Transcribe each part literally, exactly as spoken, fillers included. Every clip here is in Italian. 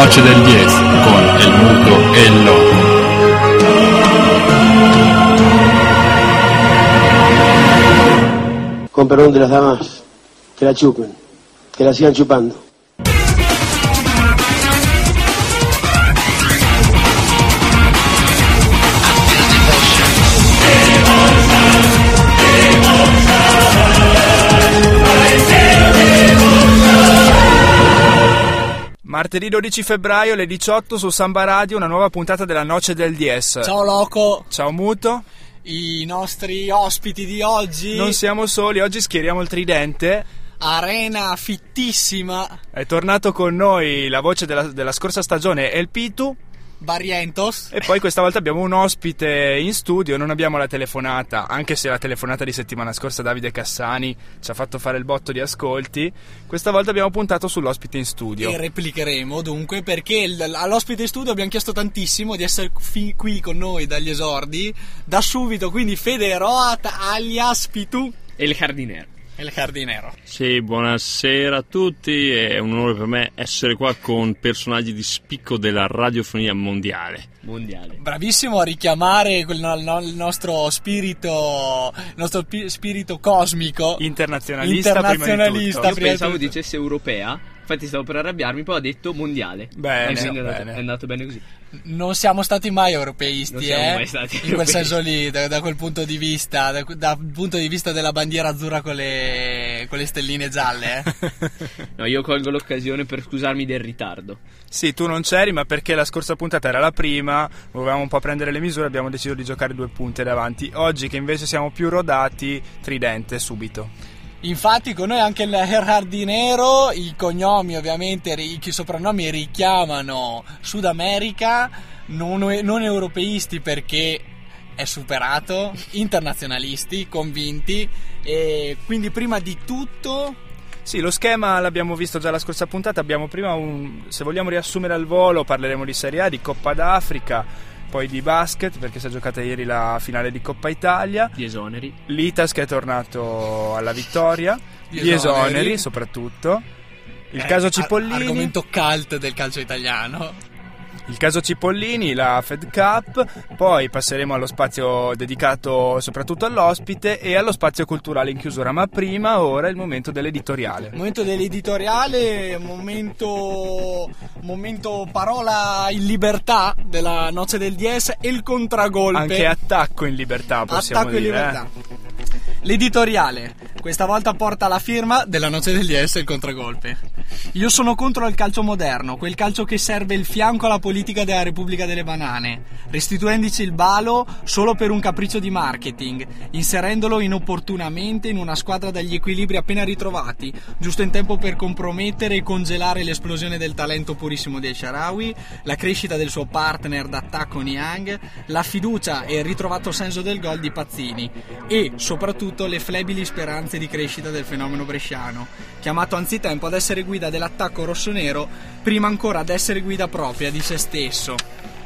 Noche del diez con El Muto e el Loco. Con perdón de las damas, que la chupen, que la sigan chupando. Martedì dodici febbraio alle diciotto su Samba Radio, una nuova puntata della Noce del diez. Ciao Loco. Ciao Muto. I nostri ospiti di oggi. Non siamo soli, oggi schieriamo il tridente. Arena fittissima. È tornato con noi la voce della, della scorsa stagione, El Pitu. Barrientos. E poi questa volta abbiamo un ospite in studio, non abbiamo la telefonata, anche se la telefonata di settimana scorsa, Davide Cassani, ci ha fatto fare il botto di ascolti. Questa volta abbiamo puntato sull'ospite in studio. E replicheremo dunque, perché all'ospite in studio abbiamo chiesto tantissimo di essere fi- qui con noi dagli esordi, da subito, quindi Fede Roat alias Pitu. E il Giardinero. Il Giardinero. Sì, buonasera a tutti, è un onore per me essere qua con personaggi di spicco della radiofonia mondiale. Mondiale. Bravissimo a richiamare quel no, no, il nostro spirito, il nostro pi- spirito cosmico. Internazionalista, internazionalista prima di tutto. Io prima pensavo di tutto. dicesse europea, infatti stavo per arrabbiarmi, poi ho detto mondiale. Bene, è, bene. andato, è andato bene così. Non siamo stati mai europeisti, Non siamo eh? mai stati in europei. quel senso lì, da, da quel punto di vista, da, dal punto di vista della bandiera azzurra con le, con le stelline gialle. Eh? No, io colgo l'occasione per scusarmi del ritardo. Sì, tu non c'eri, ma perché la scorsa puntata era la prima, volevamo un po' prendere le misure, abbiamo deciso di giocare due punte davanti. Oggi che invece siamo più rodati, tridente subito. Infatti con noi anche il Giardinero, i cognomi ovviamente, i soprannomi richiamano Sud America, non, non europeisti perché è superato, internazionalisti, convinti, e quindi prima di tutto... Sì, lo schema l'abbiamo visto già la scorsa puntata, abbiamo prima un... se vogliamo riassumere al volo parleremo di Serie A, di Coppa d'Africa, poi di basket perché si è giocata ieri la finale di Coppa Italia, Di esoneri. l'Itas che è tornato alla vittoria, Gli gli esoneri, esoneri soprattutto, il eh, caso Cipollini, argomento cult del calcio italiano. il caso Cipollini, la Fed Cup, poi passeremo allo spazio dedicato soprattutto all'ospite e allo spazio culturale in chiusura, ma prima ora il momento dell'editoriale. Momento dell'editoriale, momento, momento parola in libertà della Noce del diez e il contragolpe. Anche attacco in libertà possiamo Attacco dire. in libertà. L'editoriale questa volta porta la firma della Noce del diez e il contragolpe. Io sono contro il calcio moderno, quel calcio che serve il fianco alla politica della Repubblica delle Banane, restituendoci il balo solo per un capriccio di marketing, inserendolo inopportunamente in una squadra dagli equilibri appena ritrovati, giusto in tempo per compromettere e congelare l'esplosione del talento purissimo del Shaarawy, la crescita del suo partner d'attacco Niang, la fiducia e il ritrovato senso del gol di Pazzini e soprattutto le flebili speranze di crescita del fenomeno bresciano, chiamato anzitempo ad essere guida dell'attacco rossonero prima ancora ad essere guida propria di se stesso.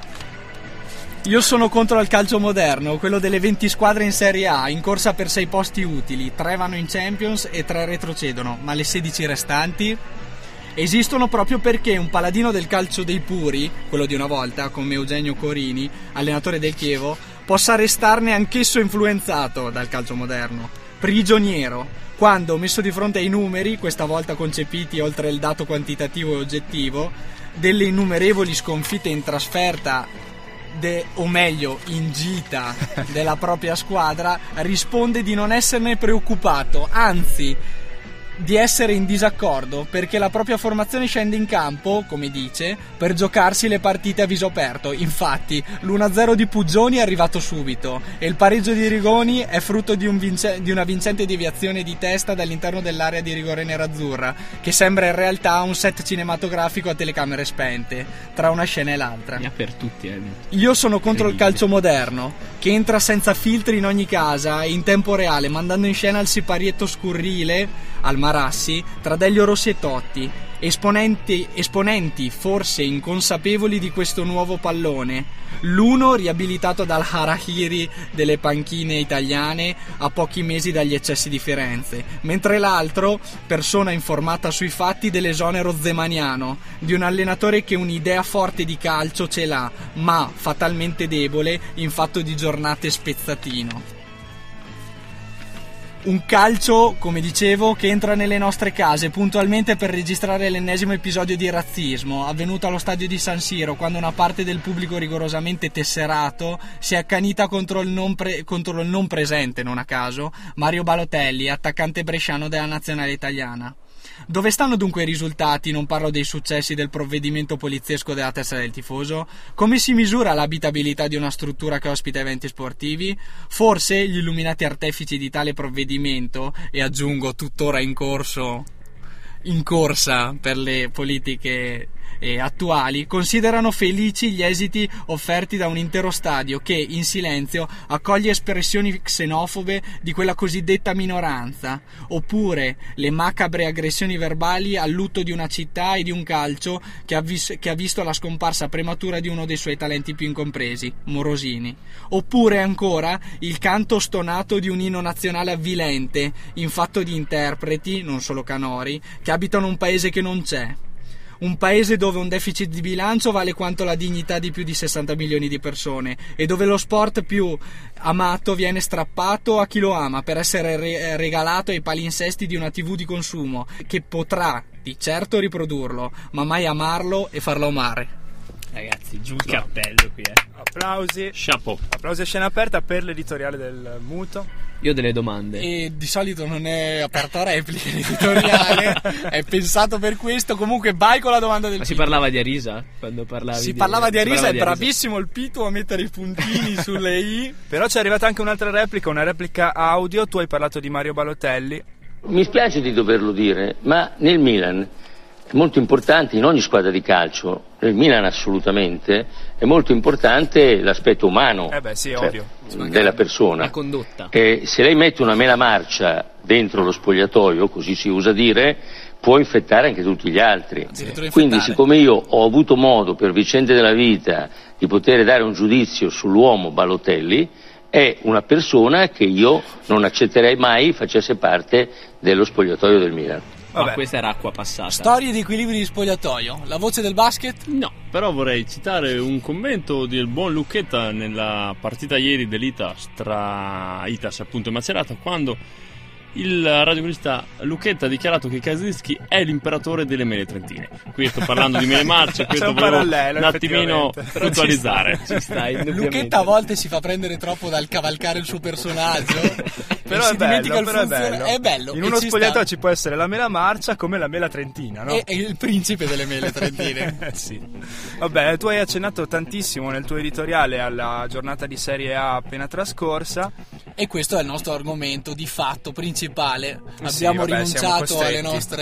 Io sono contro il calcio moderno, quello delle venti squadre in Serie A, in corsa per sei posti utili, tre vanno in Champions e tre retrocedono, ma le sedici restanti esistono proprio perché un paladino del calcio dei puri, quello di una volta, come Eugenio Corini, allenatore del Chievo, possa restarne anch'esso influenzato dal calcio moderno, prigioniero, quando messo di fronte ai numeri, questa volta concepiti oltre il dato quantitativo e oggettivo, delle innumerevoli sconfitte in trasferta, de, o meglio in gita della propria squadra, risponde di non esserne preoccupato, anzi di essere in disaccordo perché la propria formazione scende in campo, come dice, per giocarsi le partite a viso aperto. Infatti l'uno a zero di Puggioni è arrivato subito e il pareggio di Rigoni è frutto di, un vince- di una vincente deviazione di testa dall'interno dell'area di rigore nerazzurra, che sembra in realtà un set cinematografico a telecamere spente tra una scena e l'altra. Ne ha per tutti, eh. Io sono contro il calcio moderno, che entra senza filtri in ogni casa e in tempo reale, mandando in scena il siparietto scurrile al Marassi tra Delio Rossi e Totti, Esponenti, esponenti forse inconsapevoli di questo nuovo pallone, l'uno riabilitato dal harakiri delle panchine italiane a pochi mesi dagli eccessi di Firenze, mentre l'altro persona informata sui fatti dell'esonero zemaniano di un allenatore che un'idea forte di calcio ce l'ha, ma fatalmente debole in fatto di giornate spezzatino. Un calcio, come dicevo, che entra nelle nostre case puntualmente per registrare l'ennesimo episodio di razzismo avvenuto allo stadio di San Siro, quando una parte del pubblico rigorosamente tesserato si è accanita contro il non, pre- contro il non presente, non a caso, Mario Balotelli, attaccante bresciano della nazionale italiana. Dove stanno dunque i risultati? Non parlo dei successi del provvedimento poliziesco della testa del tifoso. Come si misura l'abitabilità di una struttura che ospita eventi sportivi? Forse gli illuminati artefici di tale provvedimento, e aggiungo tuttora in corso, in corsa per le politiche eh, attuali, considerano felici gli esiti offerti da un intero stadio che, in silenzio, accoglie espressioni xenofobe di quella cosiddetta minoranza, oppure le macabre aggressioni verbali al lutto di una città e di un calcio che ha, vis- che ha visto la scomparsa prematura di uno dei suoi talenti più incompresi, Morosini, oppure ancora il canto stonato di un inno nazionale avvilente in fatto di interpreti, non solo canori, che abitano un paese che non c'è. Un paese dove un deficit di bilancio vale quanto la dignità di più di sessanta milioni di persone e dove lo sport più amato viene strappato a chi lo ama per essere re- regalato ai palinsesti di una tivù di consumo che potrà di certo riprodurlo, ma mai amarlo e farlo amare. Ragazzi, giù il cappello qui, eh. Applausi. Chapeau. Applausi a scena aperta per l'editoriale del Muto. Io ho delle domande. E di solito non è aperto a repliche l'editoriale, è pensato per questo. Comunque vai con la domanda del Ma si Pitu. parlava di Arisa? Quando parlavi Si di... parlava di si Arisa, parlava è di Arisa. bravissimo il Pitu a mettere i puntini sulle i. Però ci è arrivata anche un'altra replica, una replica audio. Tu hai parlato di Mario Balotelli. Mi spiace di doverlo dire, ma nel Milan è molto importante, in ogni squadra di calcio, nel Milan assolutamente, è molto importante l'aspetto umano, Eh beh, sì, cioè, ovvio. della persona. La condotta. E se lei mette una mela marcia dentro lo spogliatoio, così si usa dire, può infettare anche tutti gli altri. Addirittura Quindi infettare. siccome io ho avuto modo per vicende della vita di poter dare un giudizio sull'uomo Balotelli, è una persona che io non accetterei mai facesse parte dello spogliatoio del Milan. Ma Vabbè. questa era acqua passata. Storie di equilibri di spogliatoio, la voce del basket. No, però vorrei citare un commento del buon Lucchetta nella partita ieri dell'Itas tra Itas appunto e Macerata, quando il radiocronista Lucchetta ha dichiarato che Kaczynski è l'imperatore delle mele trentine. Qui sto parlando di mele marce, C'è questo un volevo parallelo, un attimino effettivamente. puntualizzare. Ci stai, indubbiamente. Lucchetta a volte si fa prendere troppo dal cavalcare il suo personaggio. Però e è si dimentica bello, il però è funzione- bello. È bello. In e uno ci spogliatoio sta. ci può essere la mela marcia come la mela trentina, no? È, è il principe delle mele trentine. Eh, sì. Vabbè, tu hai accennato tantissimo nel tuo editoriale alla giornata di Serie A appena trascorsa. E questo è il nostro argomento di fatto principale. Sì, Abbiamo vabbè, siamo rinunciato alle costretti.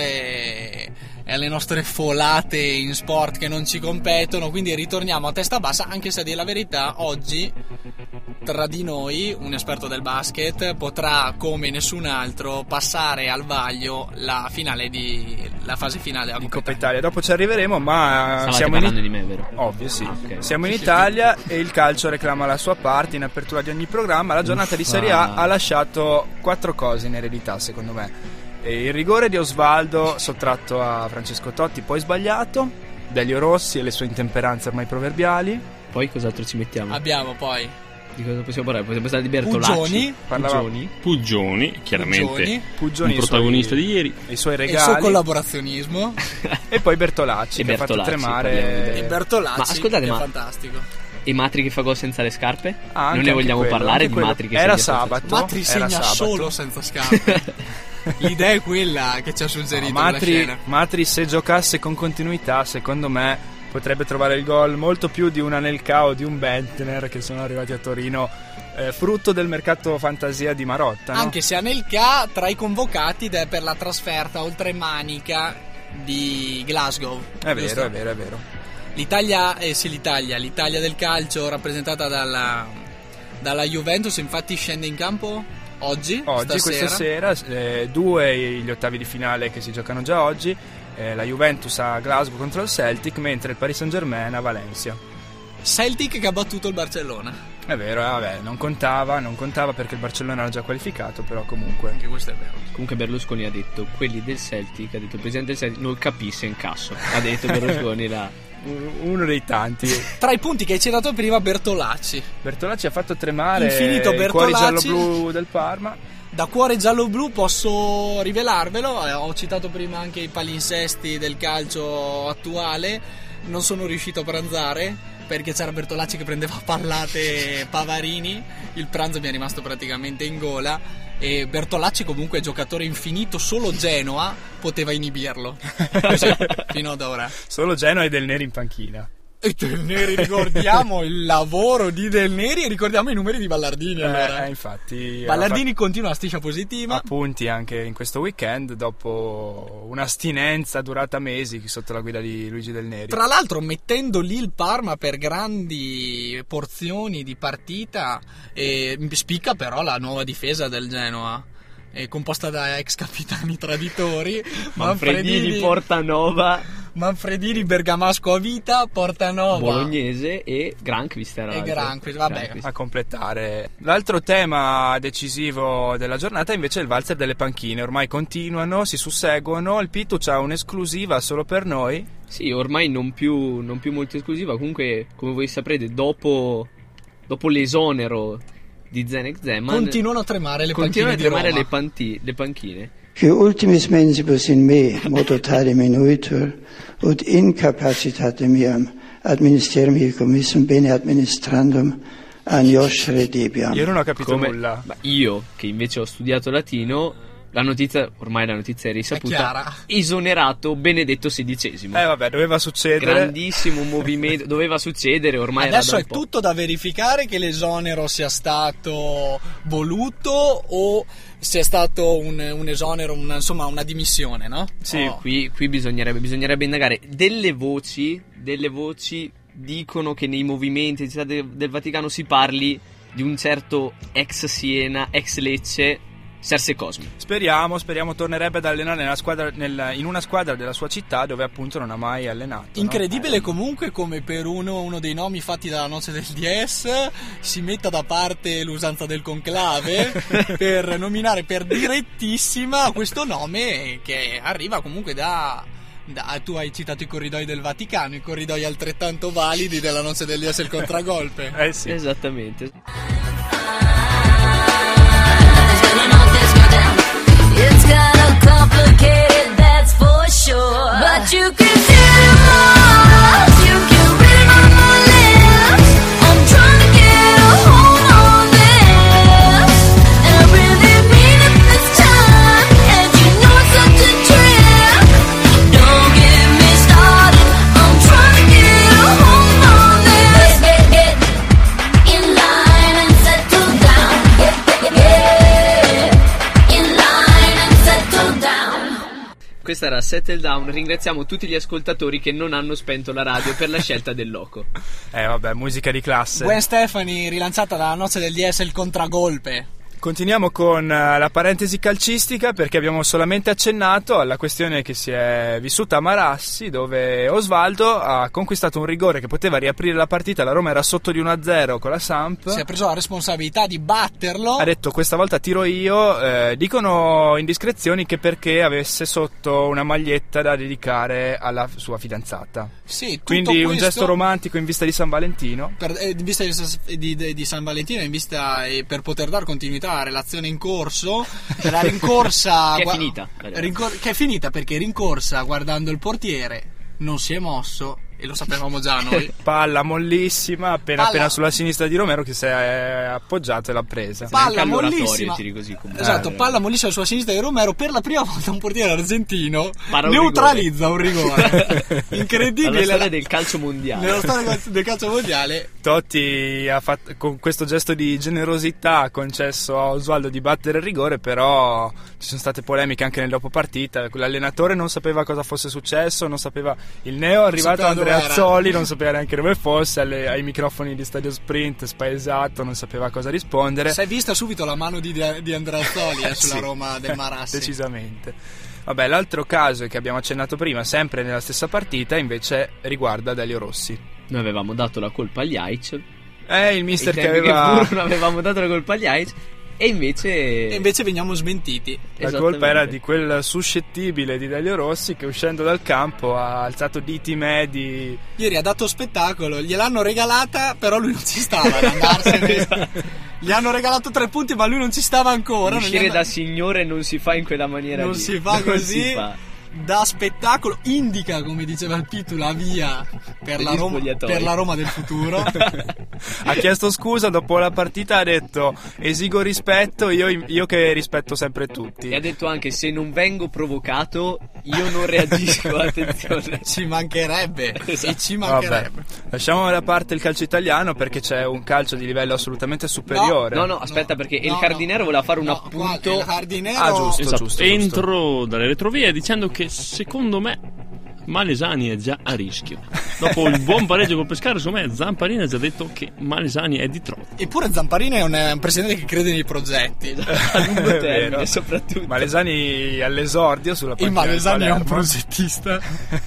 nostre alle nostre folate in sport che non ci competono, quindi ritorniamo a testa bassa, anche se a dire la verità oggi tra di noi un esperto del basket potrà come nessun altro passare al vaglio la finale di la fase finale della Di Coppa Coppa Italia. Italia. Dopo ci arriveremo, ma Stavate siamo in parlando di me, vero? Ovvio, sì. Ah, ok. Siamo in Italia e il calcio reclama la sua parte in apertura di ogni programma. La giornata di Serie A ha lasciato quattro cose in eredità, secondo me. E il rigore di Osvaldo sottratto a Francesco Totti, poi sbagliato. Delio Rossi e le sue intemperanze ormai proverbiali. Poi cos'altro ci mettiamo? Abbiamo poi Di cosa possiamo parlare? Possiamo parlare di Bertolacci. Puggioni, Parlava- Puggioni. Puggioni, chiaramente Puggioni, Puggioni un e i protagonista suoi- di ieri. e i suoi e il suo regali. collaborazionismo E poi Bertolacci, E che ha fatto Bertolacci, tremare. parliamo e Bertolacci, Ma ascoltate, che ma- è fantastico. E Matri che fa gol senza le scarpe? Ah, anche- non ne anche vogliamo quello, parlare anche di quello. Matri che Era segna senza- sabato. Matri Era segna sabato. solo senza scarpe. L'idea è quella che ci ha suggerito la Matri, scena. Matri, se giocasse con continuità, secondo me potrebbe trovare il gol molto più di un Anelka o di un Bentner che sono arrivati a Torino, eh, frutto del mercato fantasia di Marotta, no? Anche se Anelka tra i convocati ed è per la trasferta oltre Manica di Glasgow. È giusto? vero, è vero, è vero. L'Italia, eh sì, l'Italia, l'Italia del calcio rappresentata dalla, dalla Juventus, infatti scende in campo oggi, Oggi, stasera. questa sera, eh, due gli ottavi di finale che si giocano già oggi. eh, la Juventus a Glasgow contro il Celtic, mentre il Paris Saint-Germain a Valencia. Celtic che ha battuto il Barcellona. È vero, eh, vabbè, non contava, non contava perché il Barcellona era già qualificato, però comunque. Anche questo è vero. Comunque Berlusconi ha detto, quelli del Celtic, ha detto il presidente del Celtic non capisse in casso, ha detto Berlusconi là. Uno dei tanti. Tra i punti che hai citato prima, Bertolacci. Bertolacci ha fatto tremare Infinito i cuori Bertolacci. giallo-blu del Parma. Da cuore giallo-blu posso rivelarvelo, eh, ho citato prima anche i palinsesti del calcio attuale, non sono riuscito a pranzare perché c'era Bertolacci che prendeva pallate Pavarini, il pranzo mi è rimasto praticamente in gola e Bertolacci comunque giocatore infinito, solo Genoa poteva inibirlo. Così, fino ad ora. Solo Genoa e Del Neri in panchina. E Del Neri, ricordiamo il lavoro di Del Neri e ricordiamo i numeri di Ballardini. Allora. Eh, infatti Ballardini continua a striscia positiva. Appunti anche in questo weekend dopo un'astinenza durata mesi sotto la guida di Luigi Del Neri. Tra l'altro mettendo lì il Parma per grandi porzioni di partita, e spicca però la nuova difesa del Genoa, è composta da ex capitani traditori, Manfredini, Portanova, Manfredini, Bergamasco a vita, Portanova, Bolognese e Granqvist era e Granqvist, vabbè. Granqvist. A completare. L'altro tema decisivo della giornata invece è il valzer delle panchine. Ormai continuano, si susseguono. Il Pitu c'ha un'esclusiva solo per noi. Sì, ormai non più, non più molto esclusiva. Comunque, come voi saprete, dopo, dopo l'esonero di Zdeněk Zeman continuano a tremare le continuano panchine a tremare di Roma. le, panti, le panchine. Que ultimis mensibus in me mototale minuitur, ut incapacitatem iam administrarmi commissum bene administrandum agnoscere debiam. Io non ho capito Come, nulla. ma io, che invece ho studiato latino, la notizia, ormai la notizia è risaputa, chiara. esonerato Benedetto sedicesimo. Eh vabbè, doveva succedere. Grandissimo movimento, doveva succedere, ormai Adesso era è da un po'. tutto da verificare che l'esonero sia stato voluto o sia stato un, un esonero, una, insomma una dimissione, no? Sì, Oh. Qui, qui bisognerebbe, bisognerebbe indagare. Delle voci, delle voci dicono che nei movimenti di Città de- del Vaticano si parli di un certo ex Siena, ex Lecce, Serse Cosmi. Speriamo, speriamo tornerebbe ad allenare nella squadra, nel, in una squadra della sua città dove appunto non ha mai allenato. Incredibile no? comunque come per uno, uno dei nomi fatti dalla noce del D S si metta da parte l'usanza del conclave per nominare per direttissima questo nome che arriva comunque da, da... Tu hai citato i corridoi del Vaticano, i corridoi altrettanto validi della noce del D S il contragolpe. Eh sì. Esattamente. It's kind of complicated, that's for sure. But you can do more, you can read it on my lips. I'm trying to get a hold on this, and I really mean it this time. And you know it's such a trip. Don't get me started, I'm trying to get a hold on this. Get, get, get in line and settle down. Get, get, get. Questa era Settle Down. Ringraziamo tutti gli ascoltatori che non hanno spento la radio per la scelta del loco. Eh vabbè, musica di classe. Gwen Stefani rilanciata dalla noce del D S il contragolpe. Continuiamo con uh, la parentesi calcistica perché abbiamo solamente accennato alla questione che si è vissuta a Marassi, dove Osvaldo ha conquistato un rigore che poteva riaprire la partita. La Roma era sotto di uno a zero con la Samp. Si è preso la responsabilità di batterlo. Ha detto questa volta tiro io. eh, Dicono indiscrezioni che perché avesse sotto una maglietta da dedicare alla sua fidanzata. Sì, tutto Quindi un questo gesto romantico in vista di San Valentino. per, eh, in vista di, di, di San Valentino, in vista eh, per poter dar continuità alla relazione in corso, la rincorsa Che è gua- finita. rincor- che è finita perché rincorsa guardando il portiere, non si è mosso e lo sapevamo già noi. Palla mollissima appena Palla- appena sulla sinistra di Romero che si è appoggiato e l'ha presa. Palla Neanche all'oratorio mollissima. tiri così comunque. Esatto, Eh, palla mollissima sulla sinistra di Romero. Per la prima volta un portiere argentino Para un neutralizza un rigore. Alla Incredibile. storia la- del calcio mondiale. Nella storia del calcio mondiale. Totti ha fatto, con questo gesto di generosità ha concesso a Osvaldo di battere il rigore, però ci sono state polemiche anche nel dopo partita. L'allenatore non sapeva cosa fosse successo, non sapeva. Il neo è arrivato sapeva Andrea dov'era. Azzoli, non sapeva neanche dove fosse, alle- ai microfoni di Stadio Sprint spaesato, non sapeva cosa rispondere. Si è vista subito la mano di, di Andrea Azzoli eh, sulla Sì. Roma del Marassi. Decisamente. Vabbè, l'altro caso che abbiamo accennato prima, sempre nella stessa partita, invece riguarda Delio Rossi. Noi avevamo dato la colpa agli Aic. Eh, il mister Ai che tempi aveva... pure non avevamo dato la colpa agli Aic. E invece... E invece veniamo smentiti. La colpa era di quel suscettibile di Delio Rossi che uscendo dal campo ha alzato diti medi. Ieri ha dato spettacolo, gliel'hanno regalata, però lui non ci stava ad andarsene. Gli hanno regalato tre punti, ma lui non ci stava ancora. Uscire non da signore non si fa in quella maniera Non lì. si fa Non così. si fa. Da spettacolo, indica, come diceva il Pitu, la via per, Per la gli Roma, spogliatoi. per la Roma del futuro. Ha chiesto scusa dopo la partita, ha detto esigo rispetto, io, io che rispetto sempre tutti. E ha detto anche se non vengo provocato io non reagisco, attenzione. Ci mancherebbe, Esatto. e ci mancherebbe. Vabbè, lasciamo da parte il calcio italiano perché c'è un calcio di livello assolutamente superiore. No, no, aspetta, No, perché no, il Cardinero voleva fare un No, appunto. guarda, il Cardinero... Ah, giusto, Esatto, giusto, entro dalle retrovie dicendo che secondo me Malesani è già a rischio. Dopo il buon pareggio col Pescara, secondo me Zamparini ha già detto che Malesani è di troppo. Eppure Zamparini è un, è un presidente che crede nei progetti. A lungo È termine, vero. soprattutto. Malesani all'esordio sulla Il panchina del Malesani è un Palermo. progettista.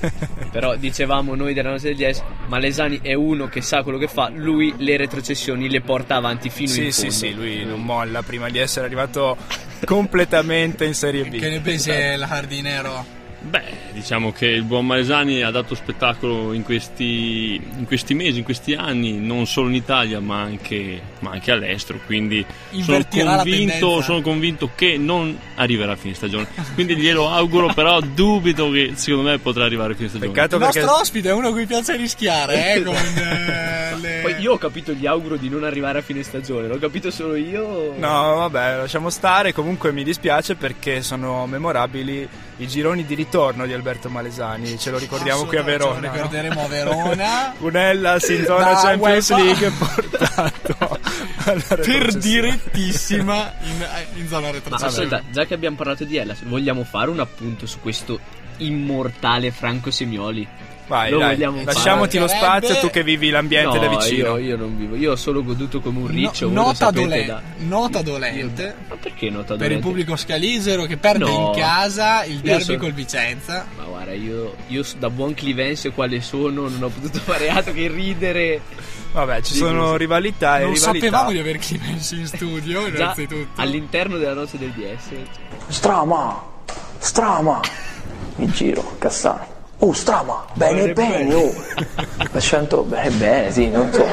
Però dicevamo noi della nostra D S, Malesani è uno che sa quello che fa, lui le retrocessioni le porta avanti fino Sì, in sì, fondo. sì, lui non molla prima di essere arrivato completamente in Serie B. Che ne pensi il Cardinero? Beh, diciamo che il buon Malesani ha dato spettacolo in questi, in questi mesi, in questi anni, non solo in Italia ma anche, ma anche all'estero, quindi sono Invertirà la convinto, tendenza. sono convinto che non arriverà a fine stagione, quindi glielo auguro, però dubito che secondo me potrà arrivare a fine stagione. Peccato Il perché nostro ospite è uno a cui piace rischiare, eh, con eh, le... Poi io ho capito gli auguro di non arrivare a fine stagione, l'ho capito solo io. No, vabbè, lasciamo stare. Comunque mi dispiace perché sono memorabili i gironi di ritorno di Alberto Malesani. Ce lo ricordiamo qui a Verona. Ce lo no? ricorderemo a Verona. Un Hellas in zona Da Champions UEFA. League portato alla Per retrocessione. direttissima in, in zona Ma retrocessione. ascolta, già che abbiamo parlato di Hellas, vogliamo fare un appunto su questo immortale Franco Semioli? Vai, Lo dai, vogliamo lasciamoti lo fare. spazio, tu che vivi l'ambiente No, da vicino. io, io non vivo, io ho solo goduto come un riccio. No- voi lo nota, sapete dole- da- nota dolente Ma perché nota per il dolente? pubblico scalisero che perde No. in casa il Io derby so- col Vicenza. Ma guarda, io, io da buon clivense quale sono non ho potuto fare altro che ridere. Vabbè, ci Di sono questo. rivalità e Non rivalità. sapevamo di aver Clemensi in studio, Già innanzitutto. all'interno della notte del D S. Strama, strama, mi giro, Cassano. Oh, strama, bene bene, oh. L'accento bene bene, sì, non so.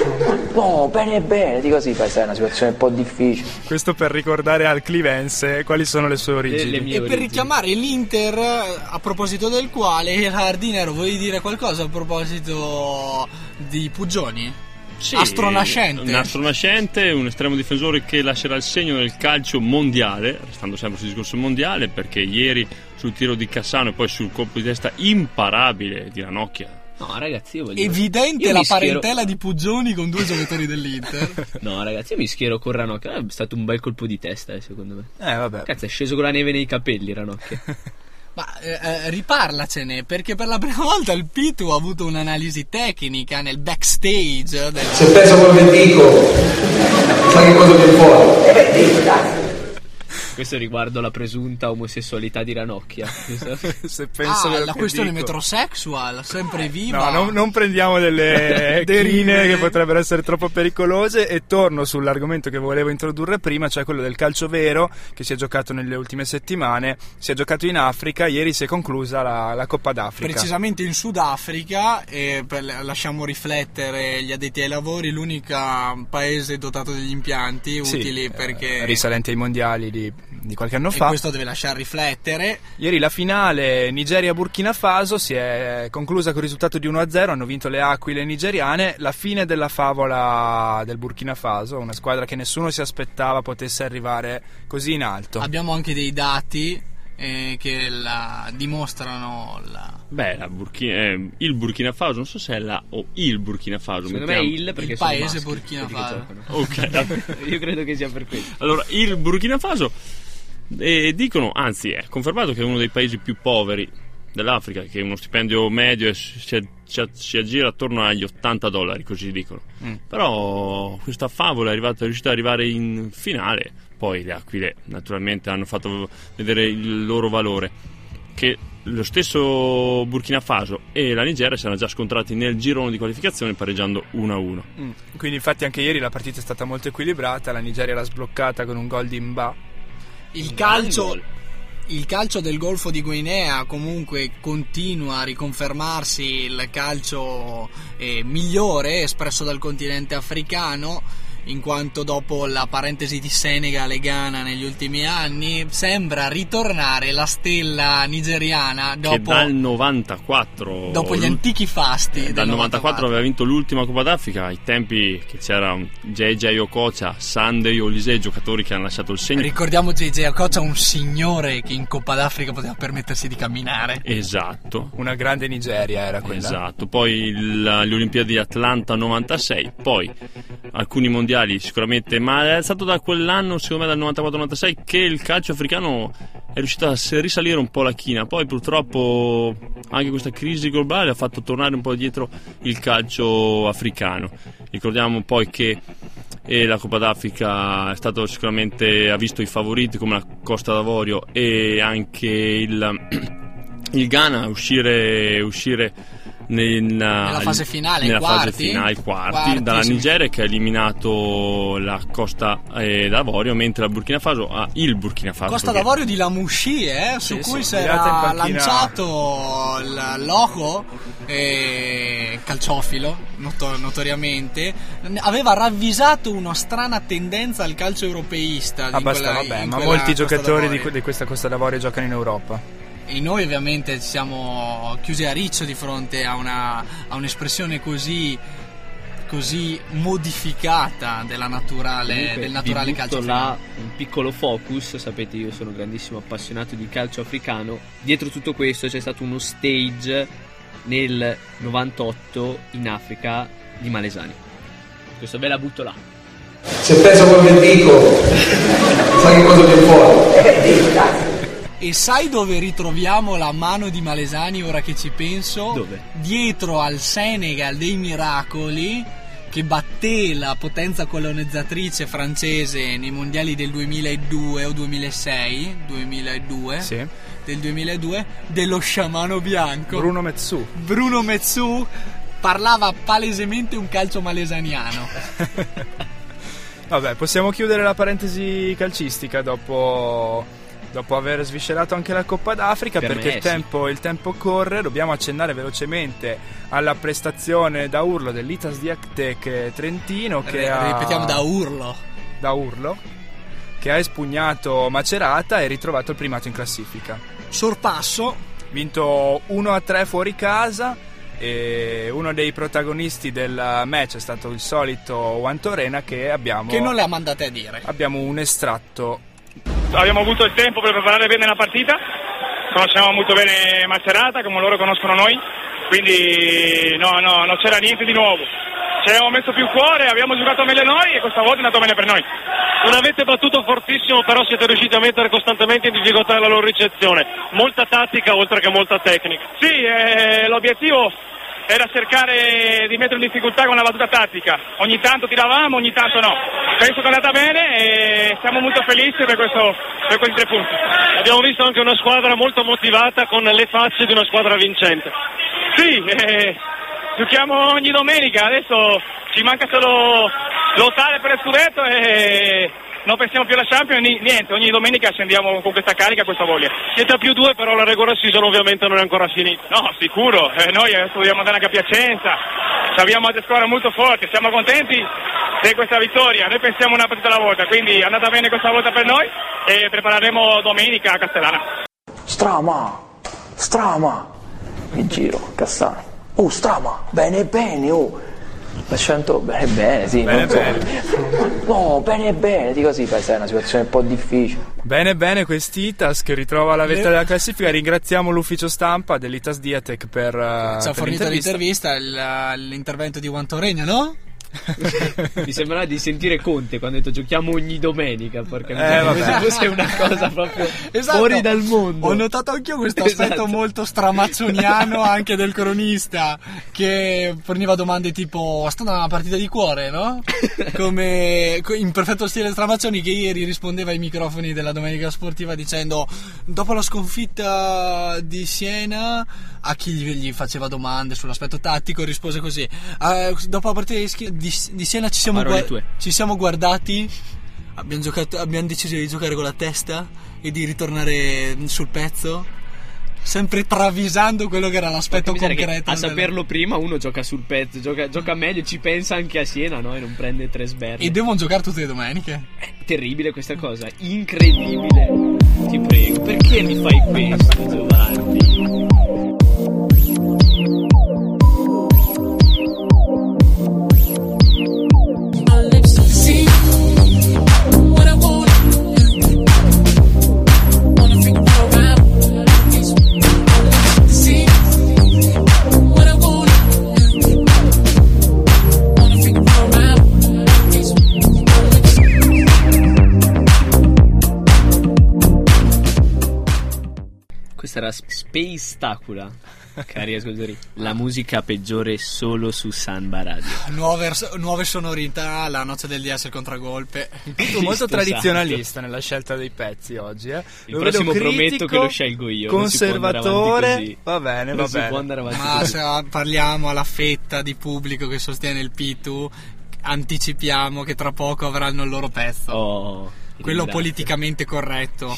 No, bene bene, di così fai, sai, è una situazione un po' difficile. Questo per ricordare al Clivense quali sono le sue origini. Le mie E per origini. richiamare l'Inter, a proposito del quale, il Cardinero, vuoi dire qualcosa a proposito di Puggioni? Sì, Astronascente. Un astronascente, un estremo difensore che lascerà il segno nel calcio mondiale, restando sempre sul discorso mondiale, perché ieri sul tiro di Cassano e poi sul colpo di testa imparabile di Ranocchia. No, ragazzi, io voglio Evidente io la mi schiero- parentela di Puggioni con due giocatori dell'Inter. No, ragazzi, io mi schiero con Ranocchia. È stato un bel colpo di testa, eh, secondo me. Eh, vabbè. Cazzo, è sceso con la neve nei capelli, Ranocchia. Ma eh, eh, riparlacene, perché per la prima volta il Pitu ha avuto un'analisi tecnica nel backstage del... Se penso quello che dico, sai che cosa viene fuori? Questo riguardo la presunta omosessualità di Ranocchia. Se penso Ah, quello la che questione dico. metrosexual, sempre viva. No, non, non prendiamo delle derine che potrebbero essere troppo pericolose e torno sull'argomento che volevo introdurre prima, cioè quello del calcio vero che si è giocato nelle ultime settimane, si è giocato in Africa, ieri si è conclusa la, la Coppa d'Africa. Precisamente in Sudafrica, e per- lasciamo riflettere gli addetti ai lavori, l'unico paese dotato degli impianti Sì, utili eh, perché... risalenti ai mondiali di, di qualche anno e fa. questo deve lasciare riflettere. Ieri la finale Nigeria-Burkina Faso si è conclusa con il risultato di uno a zero, hanno vinto le Aquile nigeriane, la fine della favola del Burkina Faso, una squadra che nessuno si aspettava potesse arrivare così in alto. Abbiamo anche dei dati eh, che la dimostrano la... Beh, la Burkina, eh, il Burkina Faso, non so se è la o il Burkina Faso. Secondo me è mettiamo- il perché il sono paese maschi, Burkina quelli che Faso. giocano. Ok. Io credo che sia per questo. Allora, il Burkina Faso, eh, dicono, anzi è confermato che è uno dei paesi più poveri dell'Africa, che uno stipendio medio è- si, si, si aggira attorno agli ottanta dollari, così dicono. Mm. Però questa favola è, arrivata, è riuscita ad arrivare in finale, poi le Aquile naturalmente hanno fatto vedere il loro valore. che lo stesso Burkina Faso e la Nigeria si erano già scontrati nel girone di qualificazione pareggiando uno a uno. Mm. Quindi infatti anche ieri la partita è stata molto equilibrata, la Nigeria l'ha sbloccata con un gol di Mba. Il calcio, il calcio del Golfo di Guinea comunque continua a riconfermarsi il calcio eh, migliore espresso dal continente africano, in quanto dopo la parentesi di Senegal e Ghana negli ultimi anni sembra ritornare la stella nigeriana dopo, che dal novantaquattro dopo gli antichi fasti eh, dal novantaquattro aveva vinto l'ultima Coppa d'Africa, ai tempi che c'era J J Okocha, Sunday Olise, giocatori che hanno lasciato il segno. Ricordiamo J J Okocha, un signore che in Coppa d'Africa poteva permettersi di camminare. Esatto, una grande Nigeria era quella. Esatto, poi il, le Olimpiadi di Atlanta novantasei, poi alcuni mondiali sicuramente, ma è stato da quell'anno, secondo me dal novantaquattro novantasei, che il calcio africano è riuscito a risalire un po' la china. Poi purtroppo anche questa crisi globale ha fatto tornare un po' dietro il calcio africano. Ricordiamo poi che e la Coppa d'Africa è stato sicuramente, ha visto i favoriti come la Costa d'Avorio e anche il, il Ghana uscire uscire nella, nella fase finale, nella quarti, fase finale, quarti, quarti dalla sì. Nigeria, che ha eliminato la Costa eh, d'Avorio, mentre la Burkina Faso ha il Burkina Faso. Costa d'Avorio di Lamouchi, eh, su sì, cui sì, si era lanciato il loco eh, calciofilo, noto- notoriamente. Aveva ravvisato una strana tendenza al calcio europeista. Ah, basta, quella, vabbè, ma quella molti Costa giocatori d'Avorio. di, di questa Costa d'Avorio giocano in Europa. E noi ovviamente ci siamo chiusi a riccio di fronte a, una, a un'espressione così così modificata della naturale, Comunque, del naturale vi calcio butto là africano. un piccolo focus. Sapete, io sono grandissimo appassionato di calcio africano. Dietro tutto questo c'è stato uno stage nel novantotto in Africa di Malesani. Questo ve la butto là. Se penso quello che dico, sai che cosa viene fuori? E sai dove ritroviamo la mano di Malesani, ora che ci penso? Dove? Dietro al Senegal dei miracoli, che batté la potenza colonizzatrice francese nei mondiali del duemiladue o duemilasei, duemiladue, sì. del duemiladue, dello sciamano bianco Bruno Metsu. Bruno Metsu parlava palesemente un calcio malesaniano. Vabbè, possiamo chiudere la parentesi calcistica dopo dopo aver sviscerato anche la Coppa d'Africa, Per perché me, il tempo, il tempo corre. Dobbiamo accennare velocemente alla prestazione da urlo dell'I T A S Diatec Trentino, che R- ha, ripetiamo da urlo da urlo che ha espugnato Macerata e ritrovato il primato in classifica. Sorpasso, Vinto uno a tre fuori casa, e uno dei protagonisti del match è stato il solito Juan Torena, che abbiamo che non le ha mandate a dire. abbiamo un estratto. Abbiamo avuto il tempo per preparare bene la partita, conosciamo molto bene Macerata come loro conoscono noi, quindi no, no, non c'era niente di nuovo. Ci abbiamo messo più cuore, abbiamo giocato meglio noi e questa volta è andato bene per noi. Non avete battuto fortissimo, però siete riusciti a mettere costantemente in difficoltà la loro ricezione. Molta tattica oltre che molta tecnica. Sì, eh, l'obiettivo era cercare di mettere in difficoltà con la battuta tattica. Ogni tanto tiravamo, ogni tanto no. Penso che è andata bene e siamo molto felici per, questo, per questi tre punti. Abbiamo visto anche una squadra molto motivata con le facce di una squadra vincente. Sì, eh, giochiamo ogni domenica, adesso ci manca solo lottare per il scudetto e non pensiamo più alla Champions, niente, ogni domenica scendiamo con questa carica, questa voglia. Siete a più due, però la regular season ovviamente non è ancora finita. No, sicuro, eh, noi adesso dobbiamo andare anche a Piacenza, abbiamo altre squadre molto forti, siamo contenti di questa vittoria, noi pensiamo una partita alla volta, quindi è andata bene questa volta per noi e prepareremo domenica a Castellana. Strama, strama, mi giro, Cassano. Oh, strama, bene bene, oh. L'accento bene bene, sì, Bene non so. bene. No, bene bene, dico così, sai, è una situazione un po' difficile. Bene bene quest'I T A S che ritrova la vetta della classifica. Ringraziamo l'ufficio stampa dell'I T A S Diatec per, uh, ci ha per fornito l'intervista. l'intervista, il- l'intervento di Juan Torena, no? Mi sembrava di sentire Conte quando ha detto giochiamo ogni domenica, perché Eh, come vabbè. se fosse una cosa proprio Esatto. fuori dal mondo. Ho notato anch'io questo aspetto Esatto. molto stramazzoniano anche del cronista, che forniva domande tipo: è stata una partita di cuore, no? Come co- in perfetto stile Stramazzoni, che ieri rispondeva ai microfoni della Domenica Sportiva dicendo: dopo la sconfitta di Siena, a chi gli, gli faceva domande sull'aspetto tattico rispose così: "Eh, dopo la partita di, Schi- di, di Siena ci siamo, Parole gua- tue. ci siamo guardati, abbiamo, giocato, abbiamo deciso di giocare con la testa e di ritornare sul pezzo, sempre travisando quello che era l'aspetto Porca miseria, che concreto a del- saperlo prima uno gioca sul pezzo, gioca, gioca meglio, ci pensa anche a Siena, no? E non prende tre sberle. E devono giocare tutte le domeniche. Terribile questa cosa, incredibile. Ti prego, perché mi fai questo, Giovanni? Questa era Spacetacula, cari ascoltatori. La musica peggiore solo su Samba Radio. Nuove, nuove sonorità, la noce del D S, il contragolpe. Tu molto tradizionalista nella scelta dei pezzi oggi, eh? Il Lo prossimo vedo prometto critico, che lo scelgo io. Non si può andare avanti conservatore. così. Va bene, va Non si bene. può andare avanti Ma così. se parliamo alla fetta di pubblico che sostiene il P due, anticipiamo che tra poco avranno il loro pezzo. Oh, quello ringrazio. politicamente corretto.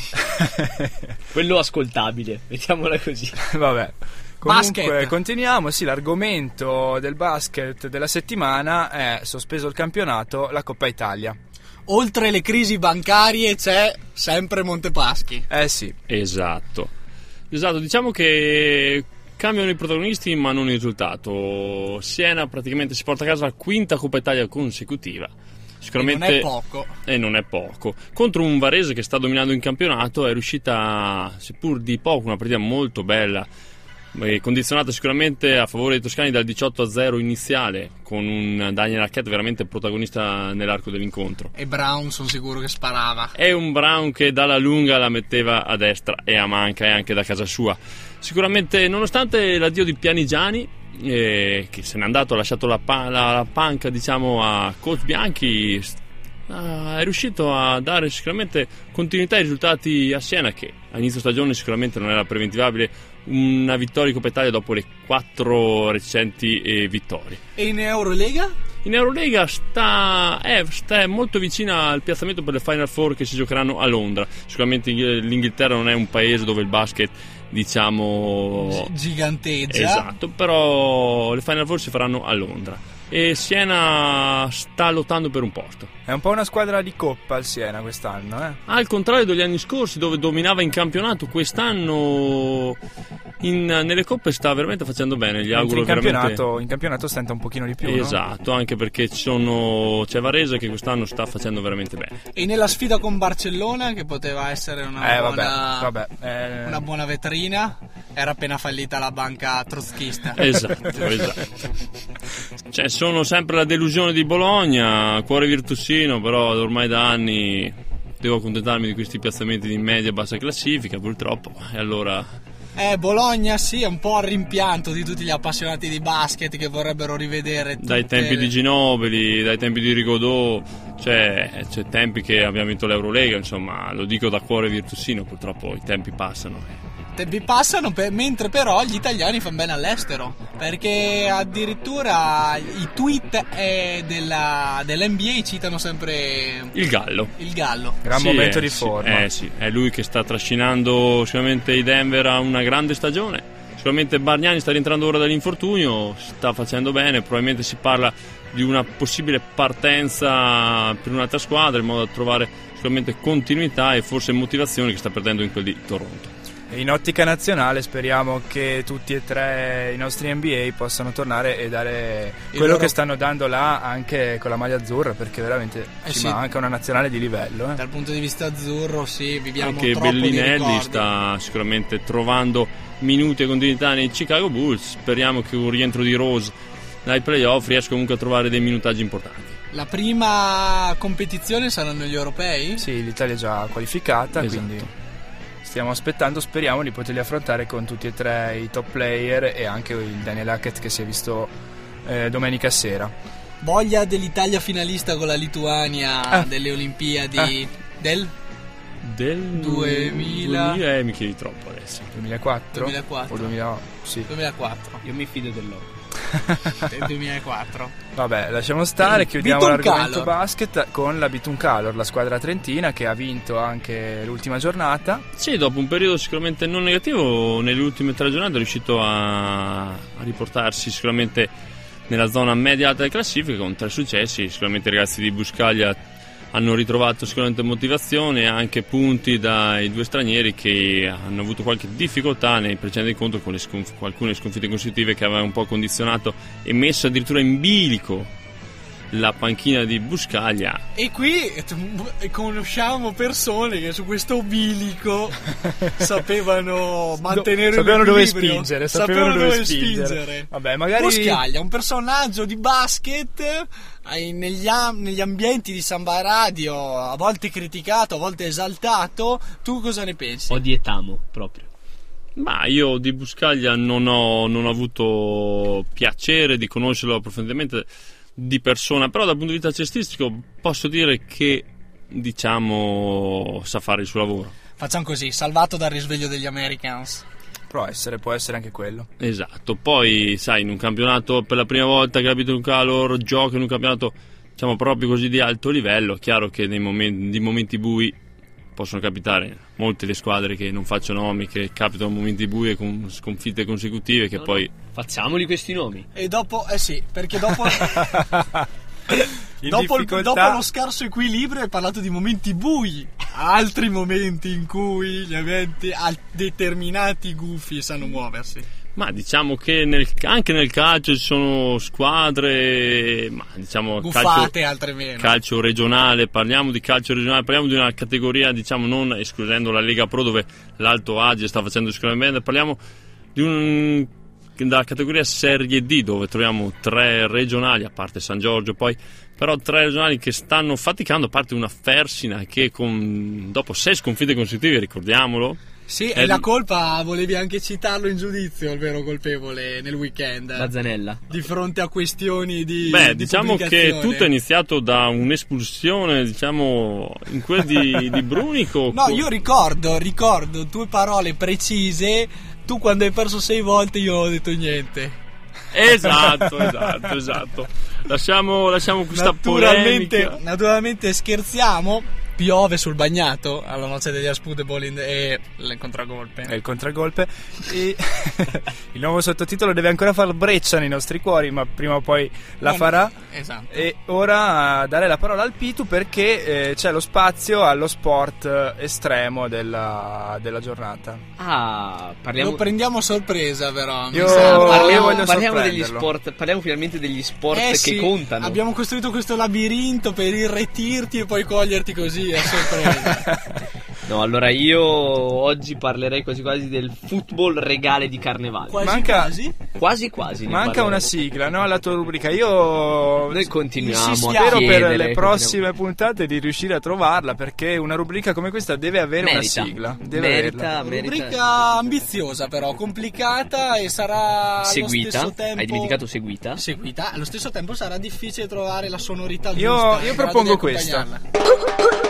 Quello ascoltabile, mettiamola così. Vabbè. Comunque, Basket. continuiamo. Sì, l'argomento del basket della settimana è: sospeso il campionato, la Coppa Italia. Oltre le crisi bancarie c'è sempre Montepaschi. Eh sì. Esatto. Esatto, diciamo che cambiano i protagonisti ma non il risultato. Siena praticamente si porta a casa la quinta Coppa Italia consecutiva. Sicuramente E non è poco. E non è poco. Contro un Varese che sta dominando in campionato è riuscita, seppur di poco, una partita molto bella, eh, condizionata sicuramente a favore dei toscani dal diciotto a zero iniziale, con un Daniel Arquette veramente protagonista nell'arco dell'incontro. E Brown sono sicuro che sparava. È un Brown che dalla lunga la metteva a destra e a manca, e anche da casa sua. Sicuramente, nonostante l'addio di Pianigiani, eh, che se n'è andato, ha lasciato la, pa- la, la panca, diciamo, a coach Bianchi, ah, è riuscito a dare sicuramente continuità ai risultati a Siena, che a inizio stagione sicuramente non era preventivabile una vittoria in Coppa Italia dopo le quattro recenti eh, vittorie. E in Eurolega? In Eurolega sta, eh, sta molto vicina al piazzamento per le Final Four che si giocheranno a Londra. Sicuramente l'Inghilterra non è un paese dove il basket, diciamo, giganteggia. Esatto, però le Final Four si faranno a Londra e Siena sta lottando per un posto. È un po' una squadra di coppa il Siena quest'anno, eh? Al contrario degli anni scorsi, dove dominava in campionato, quest'anno in, nelle coppe sta veramente facendo bene. Gli Mentre auguro in campionato, veramente... in campionato stenta un pochino di più, Esatto, no? anche perché ci sono... c'è Varese che quest'anno sta facendo veramente bene. E nella sfida con Barcellona, che poteva essere una Eh, vabbè, buona, vabbè, eh. una buona vetrina, era appena fallita la banca trotskista. Esatto, esatto. Cioè, sono sempre la delusione di Bologna, cuore virtuosino, però ormai da anni devo accontentarmi di questi piazzamenti di media e bassa classifica, purtroppo, e allora... Eh, Bologna sì, è un po' al rimpianto di tutti gli appassionati di basket che vorrebbero rivedere tutte... Dai tempi di Ginobili, dai tempi di Rigaudot, cioè, c'è tempi che abbiamo vinto l'Eurolega, insomma, lo dico da cuore virtuosino, purtroppo i tempi passano. Tempi passano, per, mentre però gli italiani fanno bene all'estero, perché addirittura i tweet eh, della, dell'N B A citano sempre Il Gallo. il Gallo. Gran Sì, momento eh, di sì, forma. eh sì, è lui che sta trascinando sicuramente i Denver a una grande stagione. Sicuramente Bargnani sta rientrando ora dall'infortunio, sta facendo bene, probabilmente si parla di una possibile partenza per un'altra squadra in modo da trovare sicuramente continuità e forse motivazione che sta perdendo in quel di Toronto. In ottica nazionale speriamo che tutti e tre i nostri N B A possano tornare e dare Il quello loro- che stanno dando là anche con la maglia azzurra, perché veramente Eh ci sì. manca una nazionale di livello, eh. Dal punto di vista azzurro sì, viviamo Anche troppo di Bellinelli ricordi. sta sicuramente trovando minuti e continuità nei Chicago Bulls. Speriamo che un rientro di Rose dai playoff riesca comunque a trovare dei minutaggi importanti. La prima competizione saranno gli europei? Sì, l'Italia è già qualificata, Esatto. quindi stiamo aspettando, speriamo di poterli affrontare con tutti e tre i top player e anche il Daniel Hackett che si è visto eh, domenica sera. Voglia dell'Italia finalista con la Lituania Ah. delle Olimpiadi Ah. del Del duemila duemila, eh, mi chiedi troppo adesso. duemilaquattro? duemilaquattro. O duemila... sì. duemilaquattro. Io mi fido del loro. Del duemilaquattro. Vabbè, lasciamo stare, chiudiamo Biton l'argomento Calor. basket con la Biton Calor, la squadra trentina che ha vinto anche l'ultima giornata. Sì, dopo un periodo sicuramente non negativo, nelle ultime tre giornate è riuscito a, a riportarsi sicuramente nella zona media alta della classifica con tre successi. Sicuramente i ragazzi di Buscaglia hanno ritrovato sicuramente motivazione e anche punti dai due stranieri che hanno avuto qualche difficoltà nei precedenti incontri con le sconf- con alcune sconfitte consecutive che avevano un po' condizionato e messo addirittura in bilico la panchina di Buscaglia. E qui t- conosciamo persone che su questo bilico sapevano mantenere sapevano dove l'equilibrio, spingere, sapevano dove spingere. spingere. Vabbè, magari Buscaglia, un personaggio di basket eh, negli, am- negli ambienti di Samba Radio, a volte criticato, a volte esaltato. Tu cosa ne pensi? Odietamo proprio. Ma io di Buscaglia non ho, non ho avuto piacere di conoscerlo approfonditamente di persona, però dal punto di vista cestistico posso dire che diciamo sa fare il suo lavoro. Facciamo così, salvato dal risveglio degli Americans. può essere, può essere anche quello. Esatto, poi sai, in un campionato per la prima volta che abita un calor gioca in un campionato diciamo proprio così di alto livello, chiaro che nei momenti, di momenti bui possono capitare molte le squadre che non faccio nomi, che capitano momenti bui con sconfitte consecutive che no, poi no. Facciamoli questi nomi. E dopo, eh sì, perché dopo In dopo, il, difficoltà. dopo lo scarso equilibrio hai parlato di momenti bui, altri momenti in cui gli eventi al- determinati gufi sanno muoversi. ma diciamo che nel, anche nel calcio ci sono squadre, ma diciamo Buffate, calcio, altre meno. calcio regionale, parliamo di calcio regionale, parliamo di una categoria, diciamo non escludendo la Lega Pro dove l'Alto Adige sta facendo sicuramente, parliamo di un dalla categoria Serie D dove troviamo tre regionali, a parte San Giorgio poi, però tre regionali che stanno faticando, a parte una Fersina che con, dopo sei sconfitte consecutive, ricordiamolo. Sì, è e la colpa volevi anche citarlo in giudizio, il vero colpevole nel weekend. Bazzanella. Di fronte a questioni di Beh, di diciamo che pubblicazione. tutto è iniziato da un'espulsione, diciamo, in quel di, di Brunico. No, io ricordo, ricordo due parole precise. Tu quando hai perso sei volte io non ho detto niente. Esatto, esatto, esatto. Lasciamo, lasciamo questa Naturalmente, polemica. naturalmente scherziamo. Piove sul bagnato alla noce degli Asputeball e il contragolpe. È il contragolpe. E il nuovo sottotitolo deve ancora far breccia nei nostri cuori, ma prima o poi la No, farà. Esatto. E ora darei la parola al Pitu perché eh, c'è lo spazio allo sport eh, estremo della, della giornata. Ah, parliamo. Lo prendiamo a sorpresa, però. mi Io- sa. io parliamo, voglio parliamo degli sorprenderlo. sport. Parliamo finalmente degli sport Eh che sì, contano. Abbiamo costruito questo labirinto per irretirti e poi coglierti così a sorpresa. No, allora io oggi parlerei quasi quasi del football regale di Carnevale. Quasi Manca- quasi. Quasi quasi. ne Manca parleremo. una sigla, no? Alla tua rubrica. Io Noi continuiamo a spero per chiedere, le prossime puntate di riuscire a trovarla perché una rubrica come questa deve avere Merita. una sigla. Deve Merita, averla. merita. Rubrica ambiziosa però, complicata e sarà allo Seguita. stesso tempo Hai dimenticato seguita? seguita. Allo stesso tempo sarà difficile trovare la sonorità Io- giusta. io in grado propongo di questa. accompagnarla.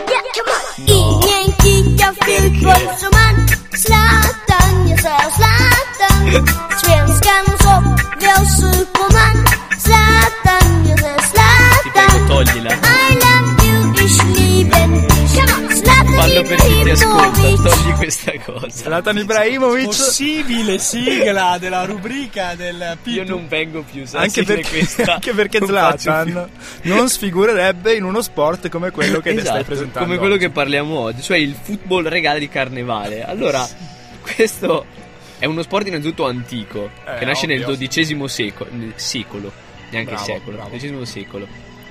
Ingin kita fotboll som man Zlatan, jag säger Zlatan Svenskan som vår Superman Zlatan, jag säger Ti prego, Zlatan toglila. I love you, ich liebe dich Zlatan Fallo per chi ti ascolta, Ibrahimovic. togli questa cosa. Zlatan Ibrahimovic. Possibile sigla della rubrica del Pitu. Io non vengo più, sa Anche dire perché, questa. anche perché Non faccio Zlatan non sfigurerebbe in uno sport come quello che Esatto, stai presentando. come quello oggi. che parliamo oggi, cioè il football regale di Carnevale. Allora, questo è uno sport innanzitutto antico, Eh, che nasce nel ovvio. dodicesimo secolo, nel secolo, neanche Bravo, secolo, bravo. dodicesimo secolo.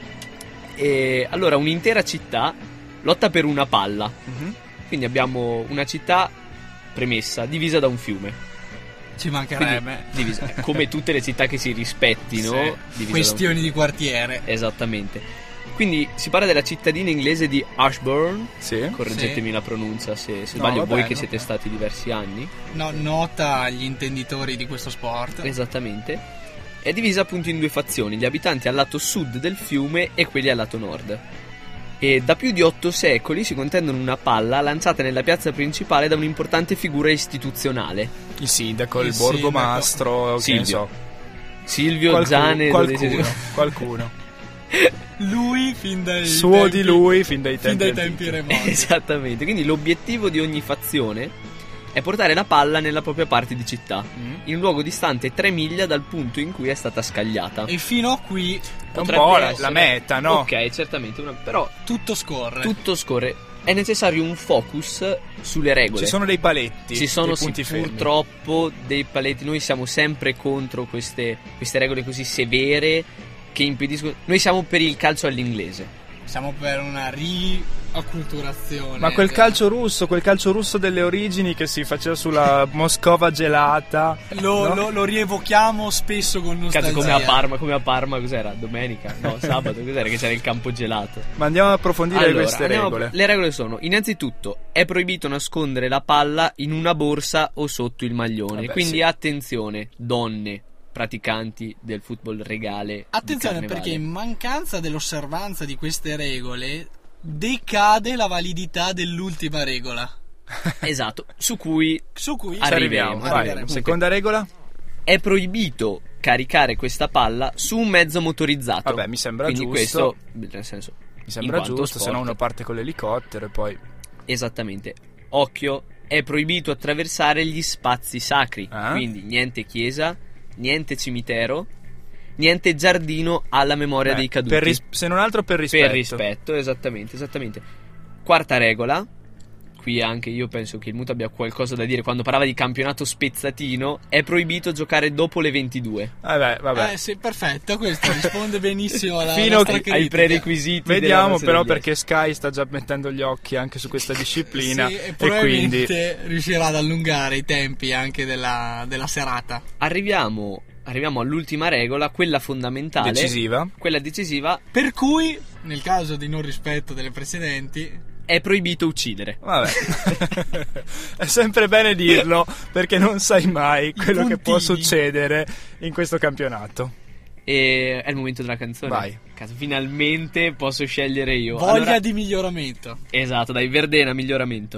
E allora un'intera città lotta per una palla. Mhm. Quindi abbiamo una città, premessa, divisa da un fiume. Ci mancherebbe. Quindi, divisa, come tutte le città che si rispettino, Sì. divisa Questioni da un- di quartiere. Esattamente. Quindi si parla della cittadina inglese di Ashbourne. Sì. Correggetemi Sì. la pronuncia se, se No, sbaglio, vabbè, voi che no. siete stati diversi anni. No, nota agli intenditori di questo sport. Esattamente. È divisa appunto in due fazioni, gli abitanti al lato sud del fiume e quelli al lato nord. E da più di otto secoli si contendono una palla lanciata nella piazza principale da un'importante figura istituzionale. Il sindaco, il, Il borgomastro, che Silvio. ne so. Silvio Qualcuno- Zane qualcuno, dodicesimo. qualcuno. Lui fin dai Suo tempi, di lui fin dai fin tempi dai tempi remoti. Esattamente, quindi l'obiettivo di ogni fazione è portare la palla nella propria parte di città, Mm. in un luogo distante tre miglia dal punto in cui è stata scagliata. E fino a qui È un Potrebbe po' la, essere- la meta, no? Ok, certamente, una- però tutto scorre. tutto scorre. È necessario un focus sulle regole. Ci sono dei paletti, Ci sono dei sì, punti fermi. purtroppo dei paletti. Noi siamo sempre contro queste, queste regole così severe che impediscono. Noi siamo per il calcio all'inglese. Siamo per una riacculturazione. Ma quel del- calcio russo, quel calcio russo delle origini che si faceva sulla Moscova gelata. Lo, no? lo, lo rievochiamo spesso con nostalgia. Cazzo, come a Parma, come a Parma, cos'era? Domenica? No, sabato, cos'era che c'era il campo gelato? Ma andiamo ad approfondire Allora, queste andiamo- regole. Le regole sono: innanzitutto, è proibito nascondere la palla in una borsa o sotto il maglione. Vabbè, Quindi sì. attenzione, donne praticanti del football regale. Attenzione, di perché carnevale. in mancanza dell'osservanza di queste regole decade la validità dell'ultima regola. Esatto, su cui Su cui Ci arriveremo. arriviamo, vai. arriveremo. Seconda regola? è proibito caricare questa palla su un mezzo motorizzato. Vabbè, mi sembra Quindi giusto. questo, nel senso, Mi sembra in quanto giusto, se sport. no uno parte con l'elicottero e poi... Esattamente. Occhio, è proibito attraversare gli spazi sacri. Ah. Quindi niente chiesa, niente cimitero, niente giardino alla memoria Beh, dei caduti. per ris- se non altro per rispetto. Per rispetto, esattamente, esattamente. Quarta regola. Qui anche io penso che il Muto abbia qualcosa da dire. Quando parlava di campionato spezzatino, è proibito giocare dopo le ventidue. Vabbè, vabbè. Eh sì, perfetto, questo risponde benissimo alla Fino nostra ai- critica. ai prerequisiti. Vediamo della però Nazione perché Sky sta già mettendo gli occhi anche su questa disciplina Sì, e e probabilmente quindi riuscirà ad allungare i tempi anche della, della serata. Arriviamo, arriviamo all'ultima regola, quella fondamentale. decisiva. Quella decisiva. Per cui, nel caso di non rispetto delle precedenti, È proibito uccidere. Vabbè. È sempre bene dirlo perché non sai mai quello che può puntini. succedere in questo campionato. E è il momento della canzone. Vai. Cazzo, finalmente posso scegliere io. voglia Allora- di miglioramento. Esatto, dai, Verdena, miglioramento.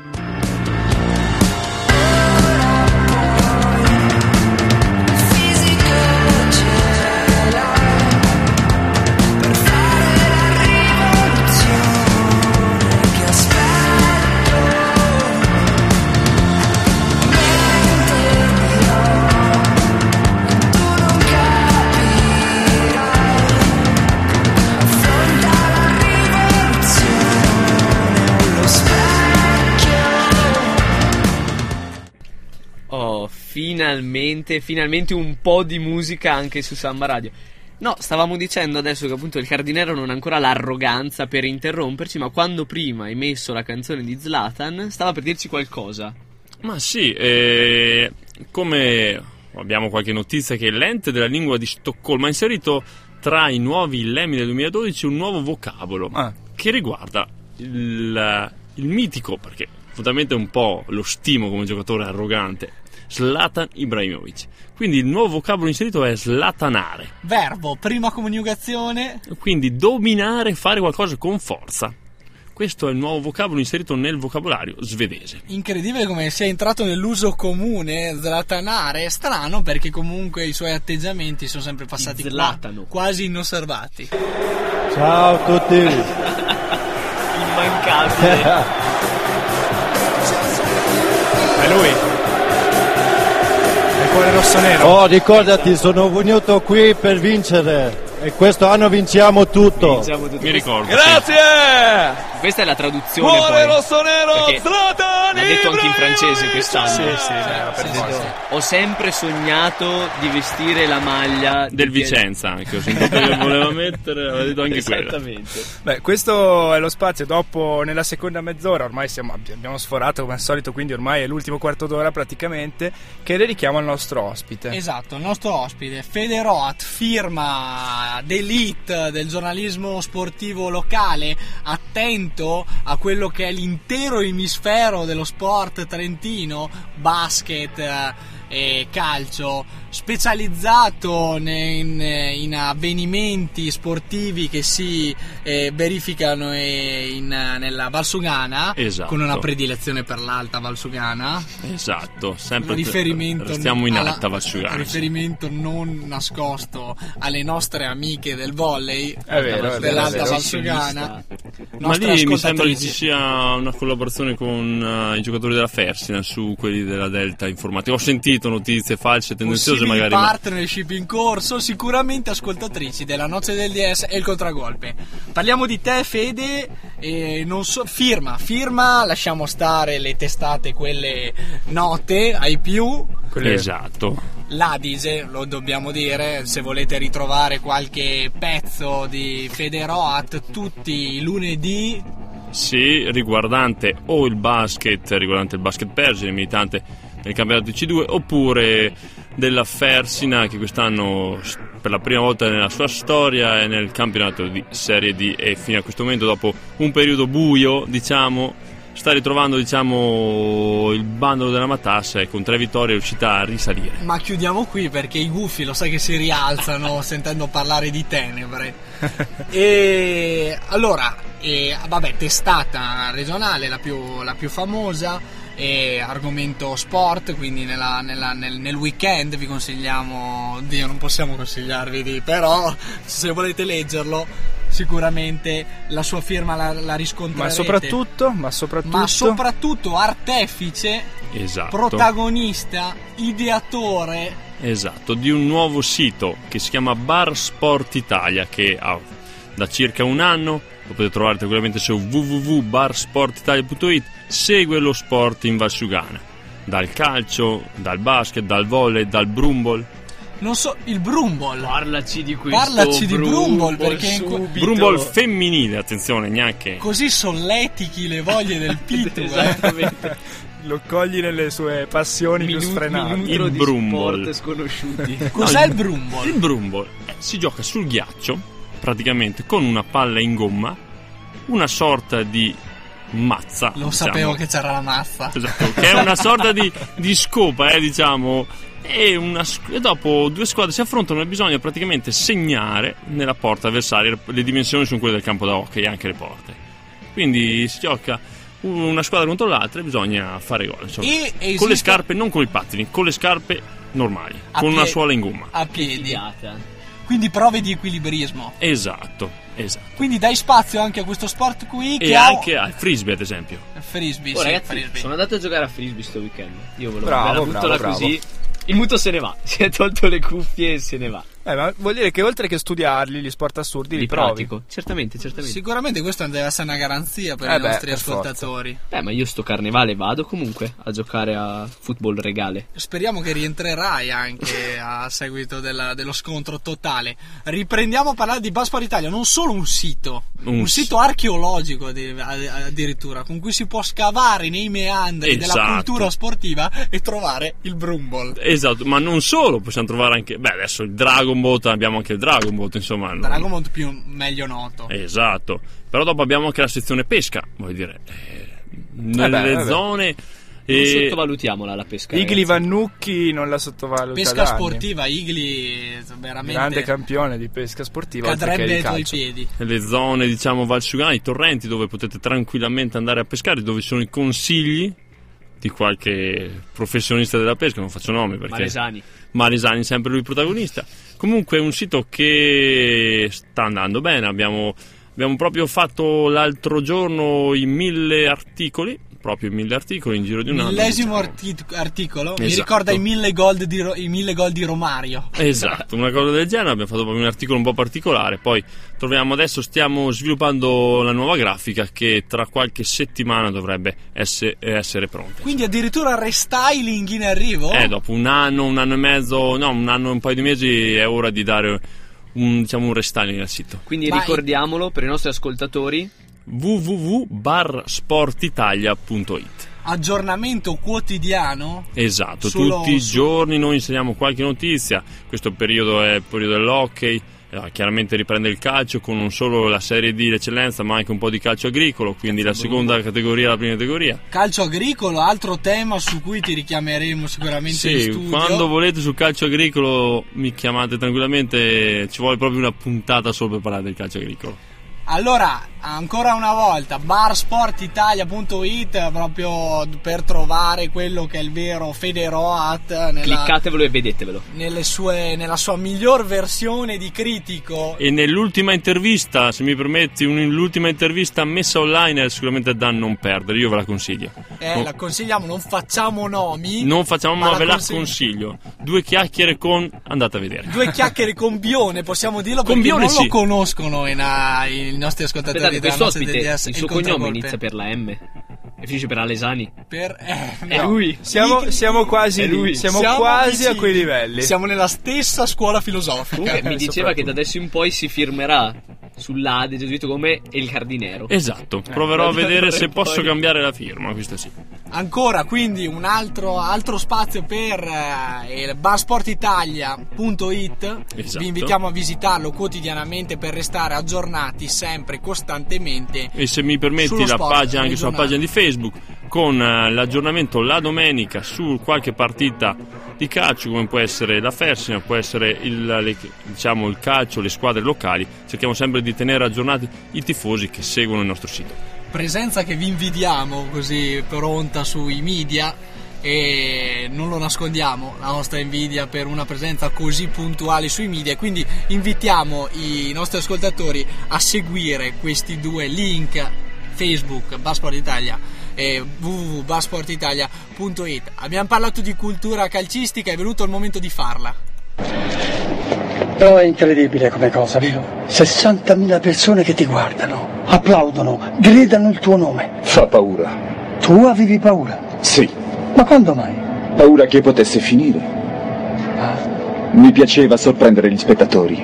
Oh, finalmente, finalmente un po' di musica anche su Samba Radio. No, stavamo dicendo adesso che appunto il Cardinero non ha ancora l'arroganza per interromperci, ma quando prima hai messo la canzone di Zlatan, stava per dirci qualcosa. Ma sì, eh, come abbiamo qualche notizia che l'ente della lingua di Stoccolma ha inserito tra i nuovi lemmi del duemiladodici un nuovo vocabolo Ah. che riguarda il, il mitico, perché fondamentalmente è un po' lo stimo come giocatore arrogante, Zlatan Ibrahimovic. Quindi il nuovo vocabolo inserito è slatanare, Verbo, prima coniugazione. quindi dominare, fare qualcosa con forza. Questo è il nuovo vocabolo inserito nel vocabolario svedese. Incredibile come sia entrato nell'uso comune Zlatanare. È strano perché comunque i suoi atteggiamenti sono sempre passati qua, Zlatano. quasi inosservati. Ciao a tutti. Immancabile. È lui. È il cuore rosso nero. Oh, ricordati, sono venuto qui per vincere. E questo anno vinciamo tutto. Vinciamo tutto. Mi ricordo. Grazie! Questa è la traduzione Cuore poi. rossonero, Perché Zlatan l'ha detto anche in francese quest'anno. Sì, sì, era per forza. Ho sempre sognato di vestire la maglia Del Vicenza anche, ho sentito che voleva mettere, aveva detto anche quello. Esattamente. Beh, questo è lo spazio. Dopo, nella seconda mezz'ora, ormai siamo, abbiamo sforato come al solito, quindi ormai è l'ultimo quarto d'ora praticamente, che dedichiamo al nostro ospite. Esatto, il nostro ospite, Fede Roat, firma d'élite del giornalismo sportivo locale, attento a quello che è l'intero emisfero dello sport trentino, basket e calcio, specializzato in, in avvenimenti sportivi che si eh, verificano in, nella Valsugana, esatto. Con una predilezione per l'Alta Valsugana. Esatto, sempre riferimento stiamo in alla, Alta Valsugana. Riferimento non nascosto alle nostre amiche del volley, è vero, dell'Alta è vero, Valsugana. Ma lì mi sembra che ci sia una collaborazione con uh, i giocatori della Fersina su quelli della Delta Informatica. Ho sentito notizie false, tendenziose possibili magari. partnership in corso, sicuramente ascoltatrici della Noce del D S e il Contragolpe. Parliamo di te, Fede, e non so, firma, firma, lasciamo stare le testate quelle note ai più. Quelle... Esatto. L'Adige, lo dobbiamo dire, se volete ritrovare qualche pezzo di Fede Roat tutti i lunedì. Sì, riguardante o il basket, riguardante il basket Pergine, militante nel campionato C due, oppure della Fersina che quest'anno per la prima volta nella sua storia è nel campionato di Serie D e fino a questo momento, dopo un periodo buio, diciamo, sta ritrovando, diciamo, il bandolo della matassa e con tre vittorie è riuscita a risalire. Ma chiudiamo qui perché i gufi lo sai che si rialzano sentendo parlare di tenebre. E allora, e, vabbè, testata regionale, la più, la più famosa, e argomento sport, quindi nella, nella, nel, nel weekend vi consigliamo, Dio, non possiamo consigliarvi di, però se volete leggerlo sicuramente la sua firma la, la riscontrerete. Ma soprattutto, ma soprattutto, ma soprattutto artefice, esatto, protagonista, ideatore, esatto, di un nuovo sito che si chiama Bar Sport Italia, che ha da circa un anno, lo potete trovare tranquillamente su w w w punto bar sport italia punto it, segue lo sport in Valsugana, dal calcio, dal basket, dal volley, dal brumbol. Non so, il brumbol. Parlaci di questo. Parlaci di brumbol, perché subito. Brumbol femminile, attenzione, neanche. Così solletichi le voglie del Pitu. Esattamente. Eh. Lo cogli nelle sue passioni Minu- più sfrenate. Il brumbol. Sport sconosciuti. Cos'è il brumbol? Il brumbol eh, si gioca sul ghiaccio, praticamente con una palla in gomma, una sorta di mazza. Lo diciamo. sapevo che c'era la mazza. Esatto, che è una sorta di, di scopa, eh, diciamo. E, una, e dopo due squadre si affrontano e bisogna praticamente segnare nella porta avversaria. Le dimensioni sono quelle del campo da hockey, anche le porte. Quindi si gioca una squadra contro l'altra e bisogna fare gol. Insomma. E Con esiste... le scarpe, non con i pattini, con le scarpe normali, A con pie- una suola in gomma. A piedi. Quindi prove di equilibrismo. Esatto, esatto. Quindi dai spazio anche a questo sport qui. E che ha... anche al frisbee, ad esempio. Frisbee, Oh, sì, ragazzi, frisbee. sono andato a giocare a frisbee sto weekend. Io ve lo Bravo, ve la butto bravo, là bravo. così. Il muto se ne va, si è tolto le cuffie e se ne va. Eh, ma vuol dire che oltre che studiarli, gli sport assurdi, li, Li provi. pratico, certamente, certamente. Sicuramente questa deve essere una garanzia per Eh i beh, nostri per ascoltatori. Beh, ma io sto carnevale vado comunque a giocare a football regale. Speriamo che rientrerai anche a seguito della- dello scontro totale. Riprendiamo a parlare di Basport Italia, non solo un sito, un, Un sito archeologico addi- addirittura, con cui si può scavare nei meandri della Esatto. cultura sportiva e trovare il brumbol. Esatto, ma non solo, possiamo trovare anche, beh, adesso il Dragon Boat, abbiamo anche il Dragon Boat, insomma. non- Dragon Ball più meglio noto. Esatto, però dopo abbiamo anche la sezione pesca, voglio dire, eh, nelle Eh beh, eh beh. zone. Non e- sottovalutiamola la pesca. Igli ragazzi. Vannucchi non la sottovaluta Pesca da anni. sportiva, Igli veramente Grande campione di pesca sportiva, oltre che cadrebbe di ai tuoi calcio. piedi. le zone, diciamo, valsugane, i torrenti dove potete tranquillamente andare a pescare, dove ci sono i consigli di qualche professionista della pesca, non faccio nome perché Maresani. Maresani sempre lui protagonista. Comunque è un sito che sta andando bene, abbiamo, abbiamo proprio fatto l'altro giorno i mille articoli proprio mille articoli in giro di un anno. Millesimo arti- articolo? Mi Esatto. ricorda i mille gol di, Ro- i mille gol di Romario. Esatto, una cosa del genere. Abbiamo fatto proprio un articolo un po' particolare. Poi troviamo adesso, stiamo sviluppando la nuova grafica che tra qualche settimana dovrebbe essere, essere pronta. Quindi addirittura restyling in arrivo? Eh, dopo un anno, un anno e mezzo, no, un anno e un paio di mesi è ora di dare un, diciamo, un restyling al sito. Quindi Ma ricordiamolo per i nostri ascoltatori: w w w punto bar sport italia punto it. Aggiornamento quotidiano? Esatto, Solo tutti i su- giorni noi inseriamo qualche notizia. Questo periodo è il periodo dell'hockey. Eh, chiaramente riprende il calcio con non solo la Serie D, l'eccellenza, ma anche un po' di calcio agricolo, quindi la seconda categoria e la prima categoria. Calcio agricolo, altro tema su cui ti richiameremo sicuramente in Sì, studio. quando volete sul calcio agricolo mi chiamate tranquillamente, ci vuole proprio una puntata solo per parlare del calcio agricolo. Allora, ancora una volta, bar sport italia punto it, proprio per trovare quello che è il vero Federoat nella, cliccatevelo e vedetevelo. nelle sue, nella sua miglior versione di critico. E nell'ultima intervista, se mi permetti, un- l'ultima intervista messa online è sicuramente da non perdere, io ve la consiglio. Eh, No- la consigliamo, non facciamo nomi. non facciamo, ma ma la ve la consiglio. consiglio. Due chiacchiere con... andate a vedere. Due chiacchiere con Bione, possiamo dirlo, Con perché Bione, non sì. lo conoscono i, na- i nostri ascoltatori. Aspettate, della questo nostra ospite, D D S, il suo contragolpe. cognome inizia per la M e finisce per Alesani. Per, eh, È no. lui. Siamo, siamo quasi È lì, lui. siamo, quasi vicini. a quei livelli. Siamo nella stessa scuola filosofica. Comunque mi diceva che da adesso in poi si firmerà sull'A dei Gesuiti come El Cardinero. Esatto, proverò a da vedere ora se in posso poi. cambiare la firma, questo sì. Ancora quindi un altro, altro spazio per eh, il bar sport italia punto it. Esatto. Vi invitiamo a visitarlo quotidianamente per restare aggiornati sempre, costantemente. E se mi permetti, sullo la sport, pagina, anche nel sulla giornale. pagina di Facebook, con eh, l'aggiornamento la domenica su qualche partita di calcio, come può essere la Fersina, può essere il, le- diciamo, il calcio, le squadre locali. Cerchiamo sempre di tenere aggiornati i tifosi che seguono il nostro sito. Presenza che vi invidiamo così pronta sui media, e non lo nascondiamo la nostra invidia per una presenza così puntuale sui media, quindi invitiamo i nostri ascoltatori a seguire questi due link: Facebook Bar Sport Italia e w w w punto bar sport italia punto it. Abbiamo parlato di cultura calcistica, è venuto il momento di farla. Però è incredibile come cosa, vero? sessantamila persone che ti guardano, applaudono, gridano il tuo nome. Fa paura. Tu avevi paura? Sì, Ma quando mai? paura che potesse finire. Mi piaceva sorprendere gli spettatori.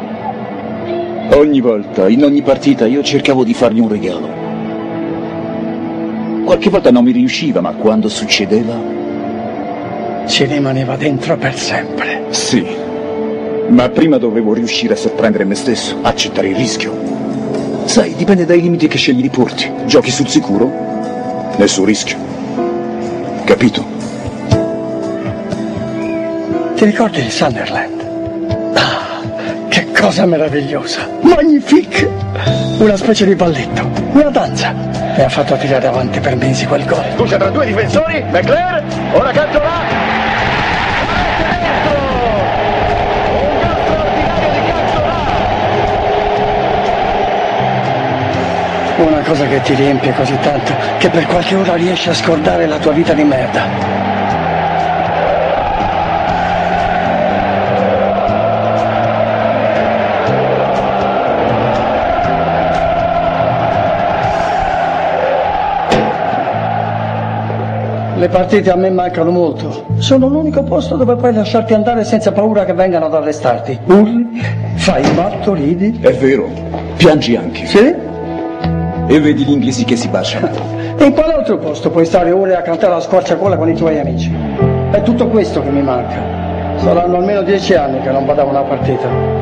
Ogni volta, in ogni partita, io cercavo di fargli un regalo. Qualche volta non mi riusciva, ma quando succedeva... Ci rimaneva dentro per sempre. Sì, ma prima dovevo riuscire a sorprendere me stesso, accettare il rischio. Sai, dipende dai limiti che scegli di porti. Giochi sul sicuro, nessun rischio. Capito? Ti ricordi di Sunderland? Ah, che cosa meravigliosa! Magnifique! Una specie di balletto, una danza. Mi ha fatto tirare avanti per mesi quel gol. Scusa tra due difensori, McClare, ora Cantona. Una cosa che ti riempie così tanto che per qualche ora riesci a scordare la tua vita di merda. Le partite a me mancano molto. Sono l'unico posto dove puoi lasciarti andare senza paura che vengano ad arrestarti. Urli, fai il matto, ridi. È vero, piangi anche. Sì? E vedi gli inglesi che si baciano. E in quale altro posto puoi stare ore a cantare a squarciagola con i tuoi amici? È tutto questo che mi manca. Saranno almeno dieci anni che non vado a una partita.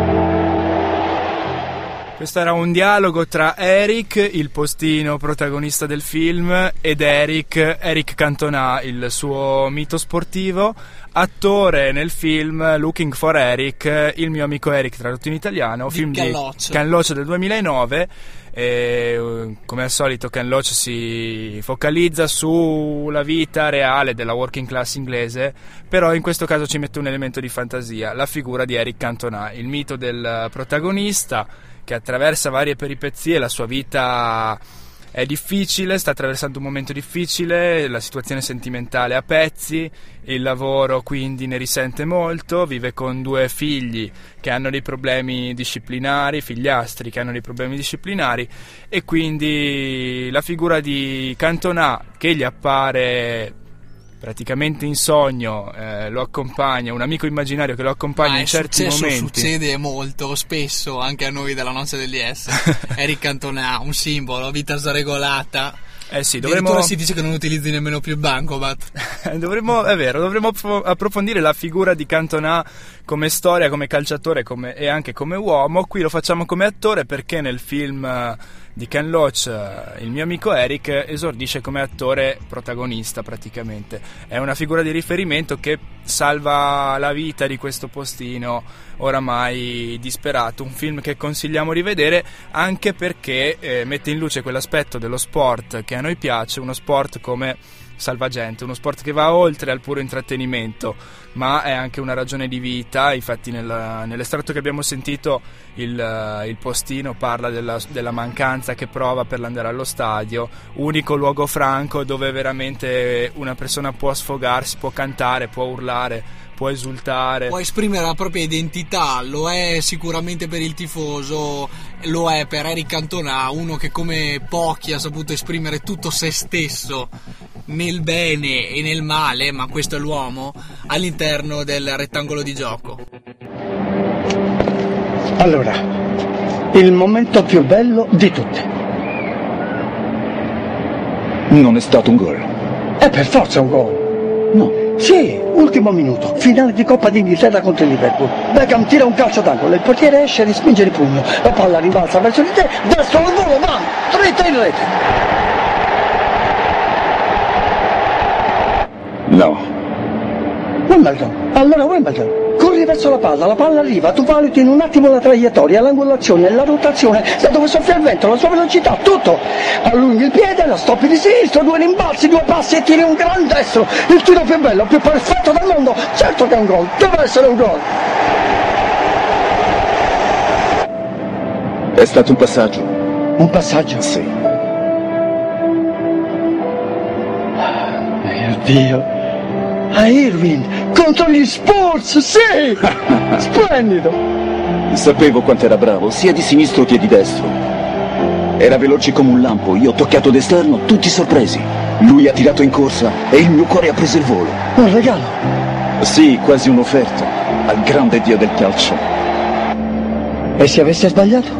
Questo era un dialogo tra Eric, il postino protagonista del film, ed Eric, Eric Cantona, il suo mito sportivo, attore nel film Looking for Eric, il mio amico Eric tradotto in italiano, Di film Ken Loach. di Ken Loach del duemilanove. E, come al solito Ken Loach si focalizza sulla vita reale della working class inglese, però in questo caso ci mette un elemento di fantasia, la figura di Eric Cantona, il mito del protagonista che attraversa varie peripezie, la sua vita è difficile, sta attraversando un momento difficile, la situazione sentimentale a pezzi, il lavoro quindi ne risente molto, vive con due figli che hanno dei problemi disciplinari, figliastri che hanno dei problemi disciplinari, e quindi la figura di Cantona, che gli appare praticamente in sogno, eh, lo accompagna, un amico immaginario che lo accompagna ah, in certi successo, momenti. Succede molto spesso anche a noi della Noce del D S. Eric Cantona, un simbolo, vita sregolata. Eh sì, dovremmo... dovremmo... si dice che non utilizzi nemmeno più il bancomat. dovremmo, è vero, dovremmo approfondire la figura di Cantona come storia, come calciatore come... e anche come uomo. Qui lo facciamo come attore perché nel film di Ken Loach, il mio amico Eric esordisce come attore protagonista praticamente. È una figura di riferimento che salva la vita di questo postino oramai disperato. Un film che consigliamo di vedere anche perché eh, mette in luce quell'aspetto dello sport che a noi piace, uno sport come salvagente, uno sport che va oltre al puro intrattenimento, ma è anche una ragione di vita. Infatti nel, nell'estratto che abbiamo sentito il, il postino parla della, della mancanza che prova per andare allo stadio, unico luogo franco dove veramente una persona può sfogarsi, può cantare, può urlare, può esultare, può esprimere la propria identità. Lo è sicuramente per il tifoso, lo è per Eric Cantona, uno che come pochi ha saputo esprimere tutto se stesso nel bene e nel male, ma questo è l'uomo, all'interno del rettangolo di gioco. Allora, il momento più bello di tutti. Non è stato un gol. È per forza un gol. No. Sì, ultimo minuto, finale di Coppa d'Inghilterra contro il Liverpool. Beckham tira un calcio d'angolo, il portiere esce e respinge il pugno, la palla rimbalza verso di te, destro al volo, bam, dritta in rete. No. Wimbledon, allora Wimbledon, corri verso la palla, la palla arriva, tu valuti in un attimo la traiettoria, l'angolazione, la rotazione, da dove soffia il vento, la sua velocità, tutto. Allunghi il piede, la stoppi di sinistra, due rimbalzi, due passi e tiri un gran destro. Il tiro più bello, più perfetto del mondo, certo che è un gol, deve essere un gol. È stato un passaggio. Un passaggio? Sì. Mio Dio. A Irving contro gli Spurs, sì! Splendido! Sapevo quanto era bravo, sia di sinistro che di destro. Era veloce come un lampo, io ho toccato d'esterno, tutti sorpresi. Lui ha tirato in corsa e il mio cuore ha preso il volo. Un regalo? Sì, quasi un'offerta al grande dio del calcio. E se avesse sbagliato?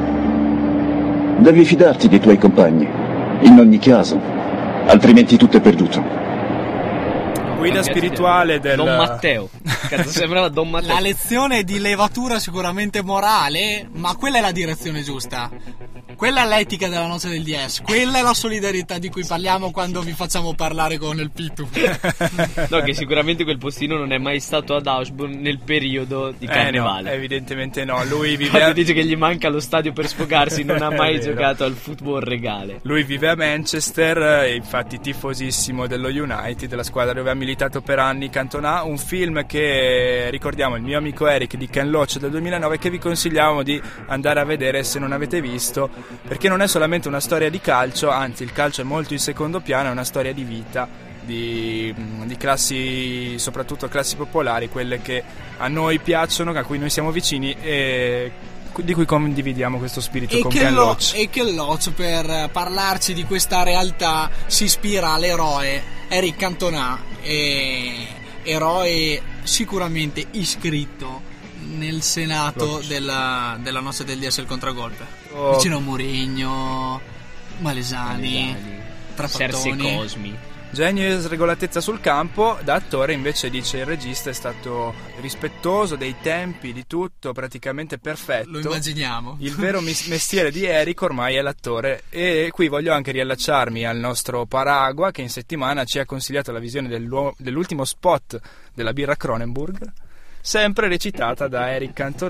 Devi fidarti dei tuoi compagni, in ogni caso, altrimenti tutto è perduto. Guida spirituale del Don Matteo. Cazzo, sembrava Don Matteo. La lezione di levatura sicuramente morale, ma quella è la direzione giusta. Quella è l'etica della Noce del D S. Quella è la solidarietà di cui parliamo quando vi facciamo parlare con il Pitu. No, che sicuramente quel postino non è mai stato ad Augsburg nel periodo di carnevale. Eh no, evidentemente no. Lui vive Quando a... dice che gli manca lo stadio per sfogarsi, non ha mai giocato al football regale. Lui vive a Manchester e infatti tifosissimo dello United, della squadra dove ha militato per anni. Cantona, un film che ricordiamo, il mio amico Eric di Ken Loach del duemilanove, che vi consigliamo di andare a vedere se non avete visto, perché non è solamente una storia di calcio, anzi il calcio è molto in secondo piano, è una storia di vita, di, di classi, soprattutto classi popolari, quelle che a noi piacciono, a cui noi siamo vicini e di cui condividiamo questo spirito e con che Ken lo, Loach. E che Loach, per parlarci di questa realtà, si ispira all'eroe Eric Cantona, e eroe sicuramente iscritto nel senato della, della Noce del D S il contragolpe, oh. vicino a Mourinho, Malesani, Trapattoni, Serse Cosmi. Genio e sregolatezza sul campo. Da attore invece dice il regista è stato rispettoso dei tempi, di tutto, praticamente perfetto. Lo immaginiamo. Il vero mis- mestiere di Eric ormai è l'attore. E qui voglio anche riallacciarmi al nostro Paragua, che in settimana ci ha consigliato la visione dell'ultimo spot della birra Kronenburg, sempre recitata da Eric Cantona,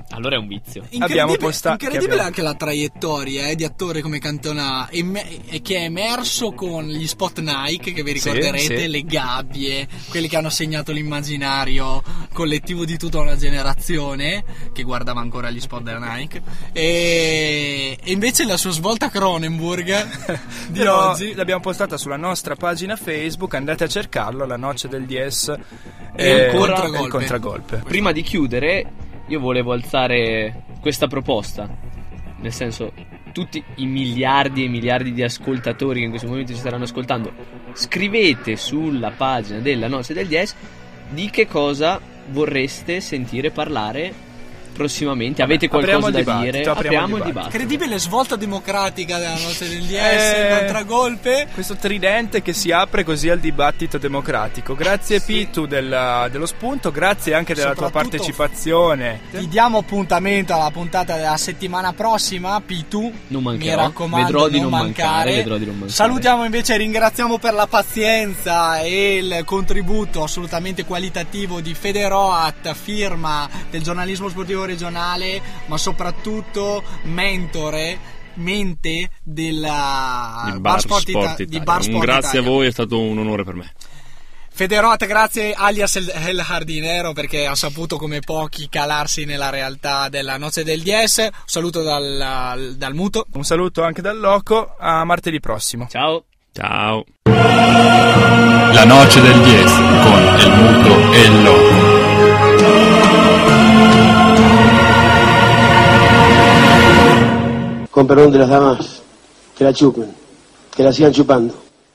Allora è un vizio. Abbiamo Incredibile, posta- incredibile abbiamo- anche la traiettoria eh, di attore come Cantona e che è emerso con gli spot Nike, che vi ricorderete, sì. le gabbie, quelli che hanno segnato l'immaginario collettivo di tutta una generazione che guardava ancora gli spot della Nike, e, e invece la sua svolta a Cronenberg di Però oggi l'abbiamo postata sulla nostra pagina Facebook, andate a cercarlo, La Noce del Diez E eh, ancora e il contragolpe. Prima di chiudere, io volevo alzare questa proposta, nel senso, tutti i miliardi e miliardi di ascoltatori che in questo momento ci staranno ascoltando, scrivete sulla pagina della Noce del Diez di che cosa vorreste sentire parlare prossimamente. Avete qualcosa da Apriamo il dire? dibattito, apriamo il il dibattito. dibattito. incredibile svolta democratica della Noce del Diez, Eh, il contragolpe. Questo tridente che si apre così al dibattito democratico. Grazie Pitu del- dello spunto, grazie anche della tua Soprattutto partecipazione. Ti diamo appuntamento alla puntata della settimana prossima, Pitu. Non Mi mancherò. raccomando, Vedrò di non non mancare, mancare. vedrò di non mancare. Salutiamo invece e ringraziamo per la pazienza e il contributo assolutamente qualitativo di Federoat, firma del giornalismo sportivo regionale, ma soprattutto mentore, mente della Il Bar Sport, Sport Ita- Italia. di Bar Un Sport grazie Italia. a voi, è stato un onore per me. Federoat, grazie alias El, El Hardinero, perché ha saputo come pochi calarsi nella realtà della Noce del Diez. Un saluto dal, dal Muto. Un saluto anche dal Loco, a martedì prossimo. Ciao. Ciao. La Noce del Diez con el Muto e il Loco. Con perdón de las damas, que la chupen, que la sigan chupando.